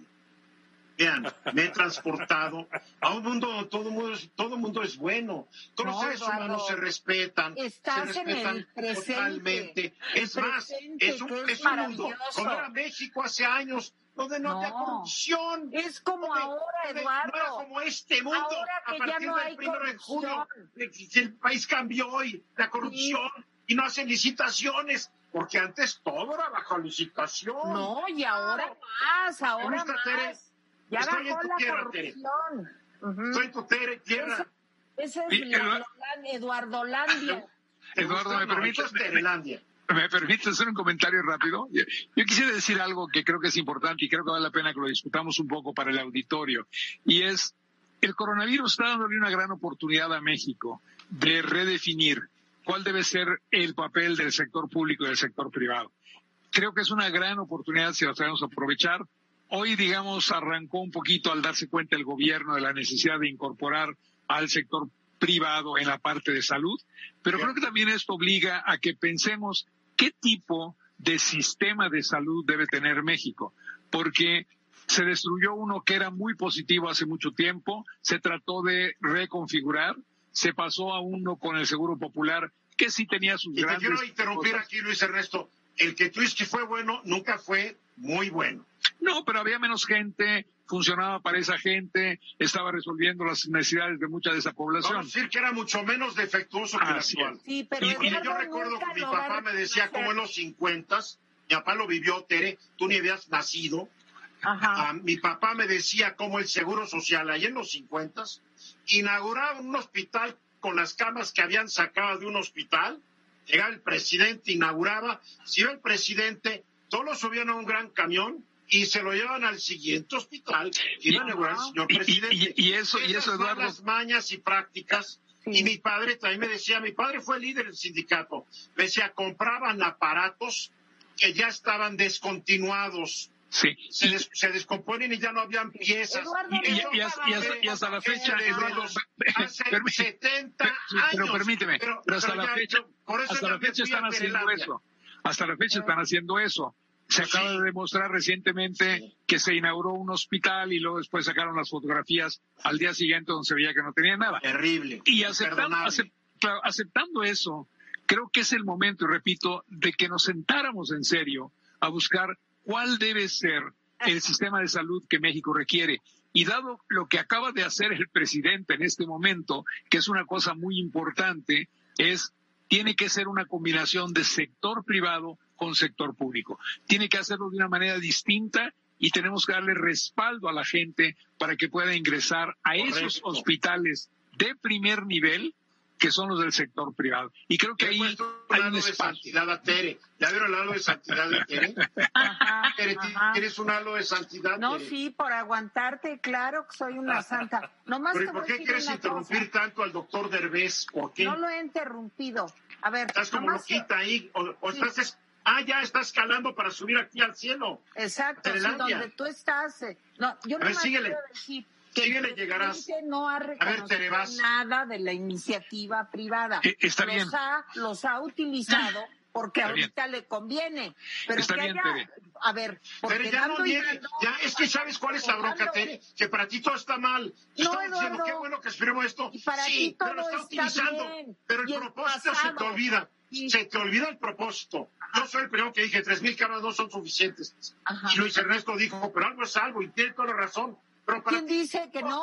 [SPEAKER 3] Vean, me he transportado a un mundo donde todo mundo es, todo mundo es bueno, todos los
[SPEAKER 4] no,
[SPEAKER 3] seres
[SPEAKER 4] Eduardo,
[SPEAKER 3] humanos se respetan,
[SPEAKER 4] estás
[SPEAKER 3] se respetan
[SPEAKER 4] en el presente,
[SPEAKER 3] totalmente.
[SPEAKER 4] El
[SPEAKER 3] Es más,
[SPEAKER 4] presente,
[SPEAKER 3] es un,
[SPEAKER 4] es
[SPEAKER 3] es un mundo como era México hace años, donde no,
[SPEAKER 4] No,
[SPEAKER 3] había corrupción.
[SPEAKER 4] es como
[SPEAKER 3] donde-
[SPEAKER 4] ahora,
[SPEAKER 3] donde
[SPEAKER 4] Eduardo.
[SPEAKER 3] No era como este mundo.
[SPEAKER 4] Ahora que
[SPEAKER 3] a
[SPEAKER 4] ya
[SPEAKER 3] partir
[SPEAKER 4] no
[SPEAKER 3] del
[SPEAKER 4] hay
[SPEAKER 3] primero de junio,
[SPEAKER 4] corrupción.
[SPEAKER 3] el país cambió hoy, la corrupción, y no hacen licitaciones. Porque antes todo era bajo licitación.
[SPEAKER 4] No, y ahora más, ahora
[SPEAKER 3] gusta,
[SPEAKER 4] más.
[SPEAKER 3] Tere.
[SPEAKER 4] Ya
[SPEAKER 3] Estoy
[SPEAKER 4] bajó
[SPEAKER 3] en tu
[SPEAKER 4] la
[SPEAKER 3] tierra, Tere.
[SPEAKER 4] corrupción. Ujú.
[SPEAKER 3] Estoy en tu ter- tierra.
[SPEAKER 4] Esa es
[SPEAKER 5] Sí,
[SPEAKER 4] la
[SPEAKER 5] Eduardo-
[SPEAKER 4] Eduardo, Eduardolandia.
[SPEAKER 5] Eduardo, ¿me permites?
[SPEAKER 3] Terelandia.
[SPEAKER 5] ¿Me permite hacer un comentario rápido? Yo quisiera decir algo que creo que es importante y creo que vale la pena que lo discutamos un poco para el auditorio. Y es, el coronavirus está dándole una gran oportunidad a México de redefinir cuál debe ser el papel del sector público y del sector privado. Creo que es una gran oportunidad si lo sabemos aprovechar. Hoy, digamos, arrancó un poquito al darse cuenta el gobierno de la necesidad de incorporar al sector privado en la parte de salud, pero creo que también esto obliga a que pensemos qué tipo de sistema de salud debe tener México, porque se destruyó uno que era muy positivo hace mucho tiempo, se trató de reconfigurar, se pasó a uno con el Seguro Popular, que sí tenía sus
[SPEAKER 3] Y te
[SPEAKER 5] grandes
[SPEAKER 3] quiero interrumpir
[SPEAKER 5] cosas.
[SPEAKER 3] aquí, Luis Ernesto. El que tú dices que fue bueno, nunca fue muy bueno.
[SPEAKER 5] No, pero había menos gente, funcionaba para esa gente, estaba resolviendo las necesidades de mucha de esa población.
[SPEAKER 3] Vamos a decir que era mucho menos defectuoso que el
[SPEAKER 5] Así
[SPEAKER 3] actual.
[SPEAKER 5] es.
[SPEAKER 4] Sí, pero
[SPEAKER 3] Y, y
[SPEAKER 4] Eduardo
[SPEAKER 3] yo recuerdo
[SPEAKER 4] nunca
[SPEAKER 3] que mi
[SPEAKER 4] lo va a
[SPEAKER 3] papá me decía
[SPEAKER 4] reconocer.
[SPEAKER 3] como en los cincuentas, mi papá lo vivió, Tere, tú ni habías nacido.
[SPEAKER 4] Ajá.
[SPEAKER 3] Ah, mi papá me decía como el Seguro Social, ahí en los cincuentas, inauguraban un hospital con las camas que habían sacado de un hospital, llegaba el presidente, inauguraba, si iba el presidente, todos lo subían a un gran camión y se lo llevan al siguiente hospital y iban a inaugurar al señor
[SPEAKER 5] Y- y-
[SPEAKER 3] presidente.
[SPEAKER 5] y- y eso- y
[SPEAKER 3] Esas
[SPEAKER 5] eso, Eduardo.
[SPEAKER 3] malas mañas y prácticas. Y mi padre también me decía, mi padre fue líder del sindicato, me decía, compraban aparatos que ya estaban descontinuados.
[SPEAKER 5] Sí.
[SPEAKER 3] Se, des- se descomponen y ya no habían piezas.
[SPEAKER 4] Eduardo,
[SPEAKER 5] Y, y-
[SPEAKER 4] no
[SPEAKER 5] y hasta, y hasta- y hasta la fecha,
[SPEAKER 3] Desde
[SPEAKER 5] Eduardo,
[SPEAKER 3] los-
[SPEAKER 5] per-
[SPEAKER 3] hace
[SPEAKER 5] permí-
[SPEAKER 3] setenta
[SPEAKER 5] per- pero
[SPEAKER 3] años.
[SPEAKER 5] permíteme,
[SPEAKER 3] Pero-
[SPEAKER 5] pero hasta
[SPEAKER 3] pero
[SPEAKER 5] la
[SPEAKER 3] ya,
[SPEAKER 5] fecha,
[SPEAKER 3] yo- por eso
[SPEAKER 5] hasta
[SPEAKER 3] ya
[SPEAKER 5] la
[SPEAKER 3] me
[SPEAKER 5] fecha
[SPEAKER 3] fui a
[SPEAKER 5] están haciendo
[SPEAKER 3] Terelandia.
[SPEAKER 5] eso. Hasta la fecha están haciendo eso. Se
[SPEAKER 3] Pues
[SPEAKER 5] acaba
[SPEAKER 3] sí.
[SPEAKER 5] de demostrar recientemente
[SPEAKER 3] Sí.
[SPEAKER 5] que se inauguró un hospital y luego después sacaron las fotografías al día siguiente donde se veía que no tenía nada.
[SPEAKER 3] Terrible.
[SPEAKER 5] Y aceptando,
[SPEAKER 3] imperdonable.
[SPEAKER 5] acep- claro, aceptando eso, creo que es el momento, y repito, de que nos sentáramos en serio a buscar cuál debe ser el sistema de salud que México requiere. Y dado lo que acaba de hacer el presidente en este momento, que es una cosa muy importante, es tiene que ser una combinación de sector privado con sector público. Tiene que hacerlo de una manera distinta y tenemos que darle respaldo a la gente para que pueda ingresar a esos
[SPEAKER 3] Correcto.
[SPEAKER 5] hospitales de primer nivel que son los del sector privado. Y creo que
[SPEAKER 3] Le he
[SPEAKER 5] ahí
[SPEAKER 3] puesto un
[SPEAKER 5] hay un
[SPEAKER 3] halo de
[SPEAKER 5] espacio.
[SPEAKER 3] santidad a Tere. ¿Ya vieron el halo de santidad de Tere?
[SPEAKER 4] Ajá,
[SPEAKER 3] Tere,
[SPEAKER 4] ajá.
[SPEAKER 3] ¿tienes un halo de santidad,
[SPEAKER 4] No,
[SPEAKER 3] Tere?
[SPEAKER 4] sí, por aguantarte, claro que soy una santa. Nomás
[SPEAKER 3] Pero
[SPEAKER 4] te
[SPEAKER 3] ¿y por
[SPEAKER 4] voy a
[SPEAKER 3] qué
[SPEAKER 4] decir
[SPEAKER 3] quieres
[SPEAKER 4] una
[SPEAKER 3] interrumpir
[SPEAKER 4] cosa.
[SPEAKER 3] tanto al doctor Derbez? ¿Por qué?
[SPEAKER 4] No lo he interrumpido. A ver,
[SPEAKER 3] Estás como
[SPEAKER 4] nomás que-
[SPEAKER 3] loquita ahí. O, o
[SPEAKER 4] Sí.
[SPEAKER 3] estás... es- Ah, ya estás escalando para subir aquí al cielo.
[SPEAKER 4] Exacto, sí,
[SPEAKER 3] Terelandia.
[SPEAKER 4] donde tú estás. eh, No, yo
[SPEAKER 3] A ver,
[SPEAKER 4] nomás
[SPEAKER 3] síguele.
[SPEAKER 4] quiero decir que
[SPEAKER 3] Síguele,
[SPEAKER 4] el
[SPEAKER 3] llegarás.
[SPEAKER 4] presidente no ha reconocido
[SPEAKER 3] Tere, vas.
[SPEAKER 4] nada de la iniciativa privada.
[SPEAKER 5] Eh, está
[SPEAKER 4] los
[SPEAKER 5] bien.
[SPEAKER 4] Ha, los ha utilizado porque
[SPEAKER 5] Está
[SPEAKER 4] ahorita le conviene. Pero
[SPEAKER 5] Está
[SPEAKER 4] que
[SPEAKER 5] bien,
[SPEAKER 4] haya-
[SPEAKER 5] Tere.
[SPEAKER 4] A ver, porque
[SPEAKER 3] Pero ya no
[SPEAKER 4] dando y
[SPEAKER 3] niegues,
[SPEAKER 4] dando-
[SPEAKER 3] ya, es que ¿sabes cuál es la bronca,
[SPEAKER 4] dando-
[SPEAKER 3] Tere? Que para ti todo está mal. Estamos diciendo,
[SPEAKER 4] Eduardo.
[SPEAKER 3] qué bueno que esperemos esto.
[SPEAKER 4] Y para
[SPEAKER 3] sí,
[SPEAKER 4] ti todo
[SPEAKER 3] pero lo está
[SPEAKER 4] está
[SPEAKER 3] utilizando.
[SPEAKER 4] bien.
[SPEAKER 3] Pero el
[SPEAKER 4] Y el
[SPEAKER 3] propósito se
[SPEAKER 4] pasado.
[SPEAKER 3] te olvida.
[SPEAKER 4] Sí.
[SPEAKER 3] Se te olvida el propósito. Yo soy el primero que dije, tres mil camas no son suficientes.
[SPEAKER 4] Ajá.
[SPEAKER 3] Y Luis Ernesto dijo, pero algo es algo, y tiene toda la razón. Pero para
[SPEAKER 4] ¿Quién dice que no?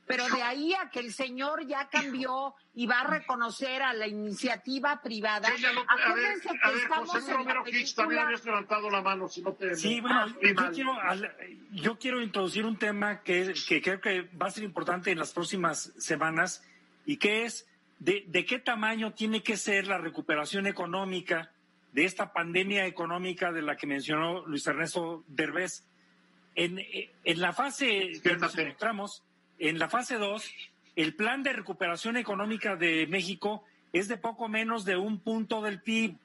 [SPEAKER 4] pero de ahí a que el señor ya cambió y va a reconocer a la iniciativa privada.
[SPEAKER 3] Sí, lo, a ver, a ver, José Romero Hicks, también habías levantado la mano, si no te...
[SPEAKER 7] Sí, bueno, yo quiero, yo quiero introducir un tema que, que creo que va a ser importante en las próximas semanas, y que es de, de qué tamaño tiene que ser la recuperación económica de esta pandemia económica de la que mencionó Luis Ernesto Derbez. En, en la fase que nos encontramos, en la fase dos, el plan de recuperación económica de México es de poco menos de un punto del P I B.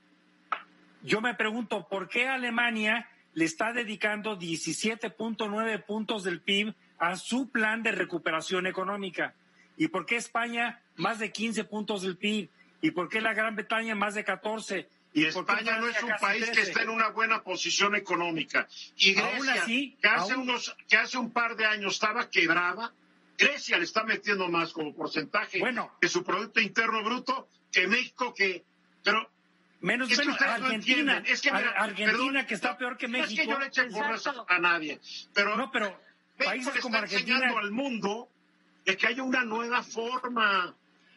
[SPEAKER 7] Yo me pregunto, ¿por qué Alemania le está dedicando diecisiete punto nueve puntos del P I B a su plan de recuperación económica? ¿Y por qué España más de quince puntos del P I B? ¿Y por qué la Gran Bretaña más de catorce?
[SPEAKER 3] Y España no es un país que está en una buena posición económica. Y Grecia, así, que, hace aún... unos, que hace un par de años estaba quebrada, Grecia le está metiendo más como porcentaje bueno, de su Producto Interno Bruto que México, que... pero
[SPEAKER 7] menos,
[SPEAKER 3] es
[SPEAKER 7] menos
[SPEAKER 3] que
[SPEAKER 7] Argentina,
[SPEAKER 3] no es que, mira,
[SPEAKER 7] Argentina
[SPEAKER 3] perdón,
[SPEAKER 7] que está peor que México.
[SPEAKER 3] No es que yo le eche porras a nadie, pero,
[SPEAKER 7] no, pero
[SPEAKER 3] México le está enseñando al mundo de que haya una nueva forma.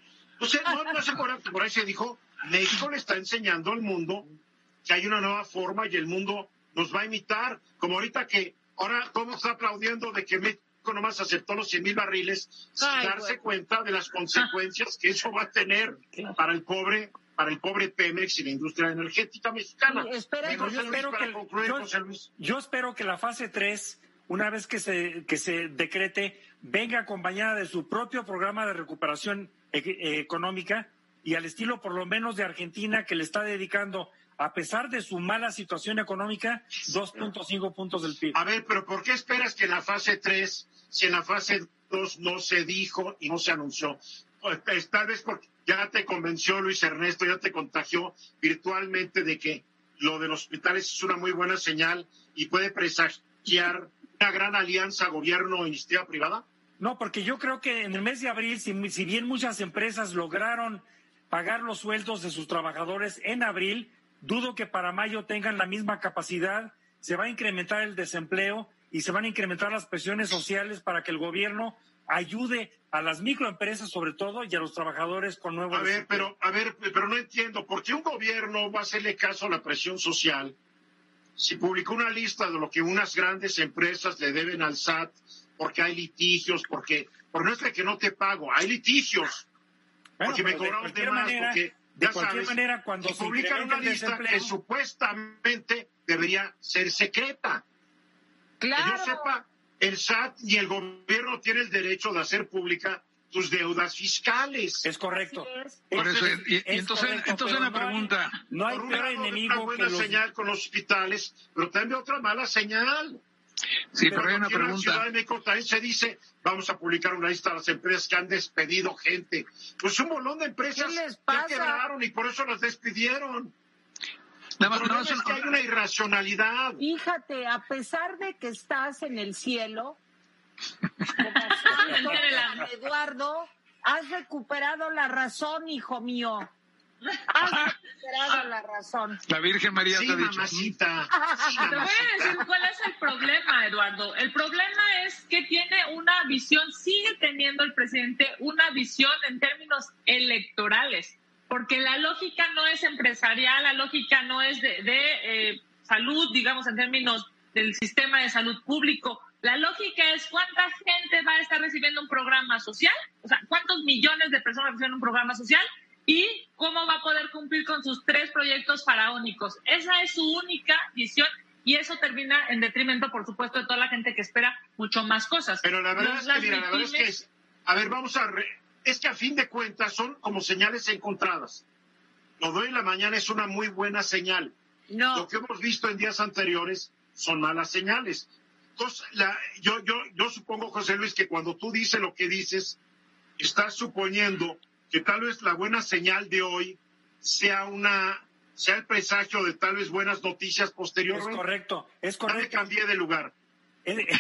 [SPEAKER 3] O sea, no, no sé por, por ahí se dijo, México le está enseñando al mundo que hay una nueva forma y el mundo nos va a imitar, como ahorita que ahora todo está aplaudiendo de que México nomás aceptó los cien mil barriles sin Ay, darse bueno. cuenta de las consecuencias que eso va a tener para el pobre para el pobre Pemex y la industria energética mexicana.
[SPEAKER 7] Sí, espera, yo, espero que, concluir, yo, yo espero que la fase tres, una vez que se, que se decrete, venga acompañada de su propio programa de recuperación e- económica y al estilo por lo menos de Argentina, que le está dedicando, a pesar de su mala situación económica, dos punto cinco puntos del P I B.
[SPEAKER 3] A ver, pero ¿por qué esperas que en la fase tres, si en la fase dos no se dijo y no se anunció? Pues, tal vez porque ya te convenció Luis Ernesto, ya te contagió virtualmente de que lo de los hospitales es una muy buena señal y puede presagiar una gran alianza gobierno-iniciativa privada.
[SPEAKER 7] No, porque yo creo que en el mes de abril, si, si bien muchas empresas lograron pagar los sueldos de sus trabajadores en abril, dudo que para mayo tengan la misma capacidad. Se va a incrementar el desempleo y se van a incrementar las presiones sociales para que el gobierno ayude a las microempresas sobre todo y a los trabajadores con nuevos...
[SPEAKER 3] A ver, pero, a ver, pero no entiendo, ¿por qué un gobierno va a hacerle caso a la presión social si publicó una lista de lo que unas grandes empresas le deben al S A T porque hay litigios, porque, por no es de que no te pago, hay litigios, bueno, porque me cobraron de más,
[SPEAKER 7] manera,
[SPEAKER 3] porque...
[SPEAKER 7] De cualquier sabes, manera, cuando
[SPEAKER 3] se publican una lista que supuestamente debería ser secreta.
[SPEAKER 4] Claro.
[SPEAKER 3] Que yo sepa, el S A T y el gobierno tienen el derecho de hacer pública sus deudas fiscales.
[SPEAKER 7] Es correcto.
[SPEAKER 5] Es. Por eso, y, y es entonces, correcto, entonces una no pregunta.
[SPEAKER 3] Hay, no hay peor enemigo una buena que los... señal con los hospitales, pero también otra mala señal.
[SPEAKER 5] Sí, pero, pero hay una pregunta. En la
[SPEAKER 3] Ciudad de México también se dice, vamos a publicar una lista de las empresas que han despedido gente. Pues un bolón de empresas ya quebraron y por eso las despidieron. El problema es que hay una irracionalidad.
[SPEAKER 4] Fíjate, a pesar de que estás en el cielo, como Eduardo, has recuperado la razón, hijo mío. Has recuperado la razón.
[SPEAKER 5] La Virgen María
[SPEAKER 3] sí,
[SPEAKER 5] te ha dicho.
[SPEAKER 3] Mamacita. Sí,
[SPEAKER 6] te voy a decir cuál es el problema, Eduardo. El problema es que tiene una visión, sigue teniendo el presidente una visión en términos electorales, porque la lógica no es empresarial, la lógica no es de, de eh, salud, digamos, en términos del sistema de salud público. La lógica es cuánta gente va a estar recibiendo un programa social, o sea, cuántos millones de personas reciben un programa social, y cómo va a poder cumplir con sus tres proyectos faraónicos. Esa es su única visión y eso termina en detrimento, por supuesto, de toda la gente que espera mucho más cosas.
[SPEAKER 3] Pero la verdad Los, es que, mira, la verdad es que, es, a ver, vamos a... Re, es que a fin de cuentas son como señales encontradas. Lo de hoy en la mañana es una muy buena señal.
[SPEAKER 4] No.
[SPEAKER 3] Lo que hemos visto en días anteriores son malas señales. Entonces, la, yo, yo, yo supongo, José Luis, que cuando tú dices lo que dices, estás suponiendo que tal vez la buena señal de hoy sea una sea el presagio de tal vez buenas noticias posteriores.
[SPEAKER 7] Es correcto, es correcto.
[SPEAKER 3] Ya me cambié de lugar.
[SPEAKER 6] Duraste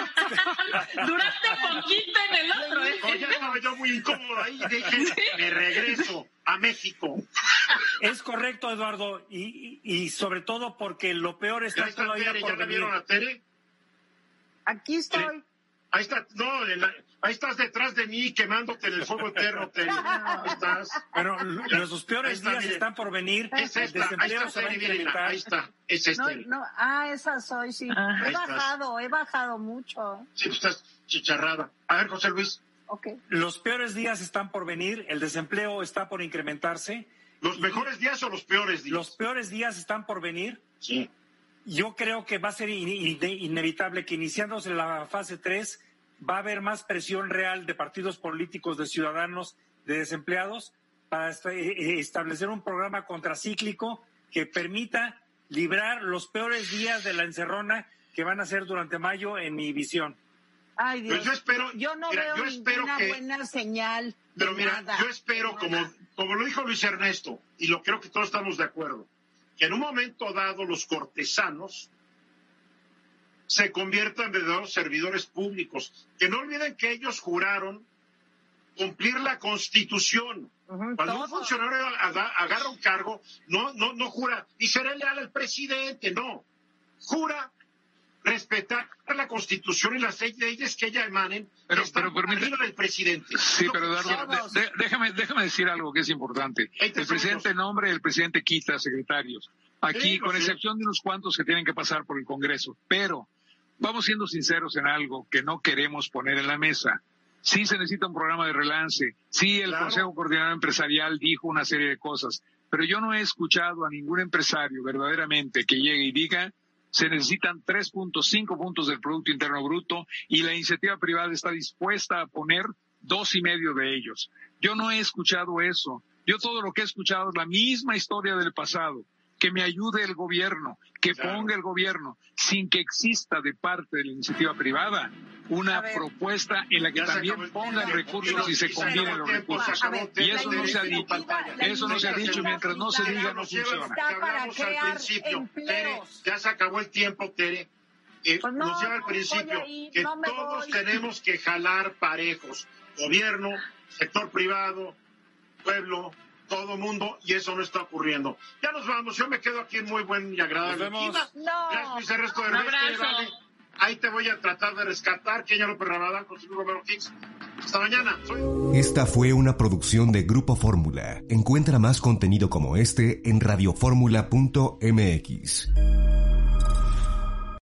[SPEAKER 6] poquito en el otro, ¿eh?
[SPEAKER 3] No, ya estaba yo muy incómodo ahí, dije, ¿sí? Me regreso a México.
[SPEAKER 7] Es correcto, Eduardo, y, y, y sobre todo porque lo peor está
[SPEAKER 3] ¿Ya está
[SPEAKER 7] todavía
[SPEAKER 3] Tere?
[SPEAKER 7] por
[SPEAKER 3] ¿Ya la
[SPEAKER 7] venir.
[SPEAKER 3] vieron a Tere?
[SPEAKER 4] Aquí estoy.
[SPEAKER 3] Ahí está, no, la, ahí estás detrás de mí quemándote en el fuego eterno, Tere. Ahí estás.
[SPEAKER 7] Pero los peores está, días mire. están por venir.
[SPEAKER 3] Es esta, el desempleo ahí está, se Tere, mira, ahí está. Es este.
[SPEAKER 4] No, no, ah, esa soy, sí. Ah, he bajado, estás. he bajado mucho.
[SPEAKER 3] Sí, pues estás chicharrada. A ver, José Luis.
[SPEAKER 4] Okay.
[SPEAKER 7] Los peores días están por venir, el desempleo está por incrementarse.
[SPEAKER 3] ¿Los mejores días o los peores días?
[SPEAKER 7] Los peores días están por venir.
[SPEAKER 3] Sí.
[SPEAKER 7] Yo creo que va a ser in, in, inevitable que iniciándose la fase tres va a haber más presión real de partidos políticos, de ciudadanos, de desempleados, para establecer un programa contracíclico que permita librar los peores días de la encerrona que van a ser durante mayo, en mi visión.
[SPEAKER 4] Ay, Dios.
[SPEAKER 3] Pero yo espero,
[SPEAKER 4] yo no
[SPEAKER 3] mira,
[SPEAKER 4] veo
[SPEAKER 3] yo espero
[SPEAKER 4] ninguna
[SPEAKER 3] que,
[SPEAKER 4] buena señal.
[SPEAKER 3] Pero mira,
[SPEAKER 4] nada.
[SPEAKER 3] yo espero, como, como lo dijo Luis Ernesto, y lo creo que todos estamos de acuerdo, que en un momento dado los cortesanos se conviertan en verdaderos servidores públicos. Que no olviden que ellos juraron cumplir la Constitución. Uh-huh, Cuando todo. un funcionario agarra un cargo, no, no, no jura, y seré leal al presidente, no. Jura respetar la Constitución y las leyes que ella emanen,
[SPEAKER 5] pero,
[SPEAKER 3] que están
[SPEAKER 5] pero
[SPEAKER 3] arriba del presidente.
[SPEAKER 5] Sí, pero Eduardo, de, de, déjame, déjame decir algo que es importante. El presidente nombra y el presidente quita secretarios. Aquí, sí, con sí. excepción de unos cuantos que tienen que pasar por el Congreso. Pero vamos siendo sinceros en algo que no queremos poner en la mesa. Sí se necesita un programa de relance. Sí, el claro. Consejo Coordinador Empresarial dijo una serie de cosas. Pero yo no he escuchado a ningún empresario verdaderamente que llegue y diga: se necesitan tres punto cinco puntos del Producto Interno Bruto y la iniciativa privada está dispuesta a poner dos y medio de ellos. Yo no he escuchado eso. Yo todo lo que he escuchado es la misma historia del pasado. Que me ayude el gobierno, que claro. ponga el gobierno, sin que exista de parte de la iniciativa privada una propuesta en la que también pongan recursos y se combinen los recursos. Y eso no se ha dicho. Eso no se ha dicho, mientras no se diga no funciona.
[SPEAKER 3] Hablamos al principio, Tere, ya se acabó el tiempo, Tere. Eh, pues no, nos lleva al principio ahí, que no todos voy. tenemos que jalar parejos. Gobierno, sector privado, pueblo, todo mundo, y eso no está ocurriendo. Ya nos vamos, yo me quedo aquí en muy buen y agradable.
[SPEAKER 4] No.
[SPEAKER 3] Gracias, Luis Ernesto de Ernesto, vale. Ahí te voy a tratar de rescatar, que ya lo Ramadán con su Romero Hicks. Hasta mañana. Soy...
[SPEAKER 2] Esta fue una producción de Grupo Fórmula. Encuentra más contenido como este en radioformula punto m x.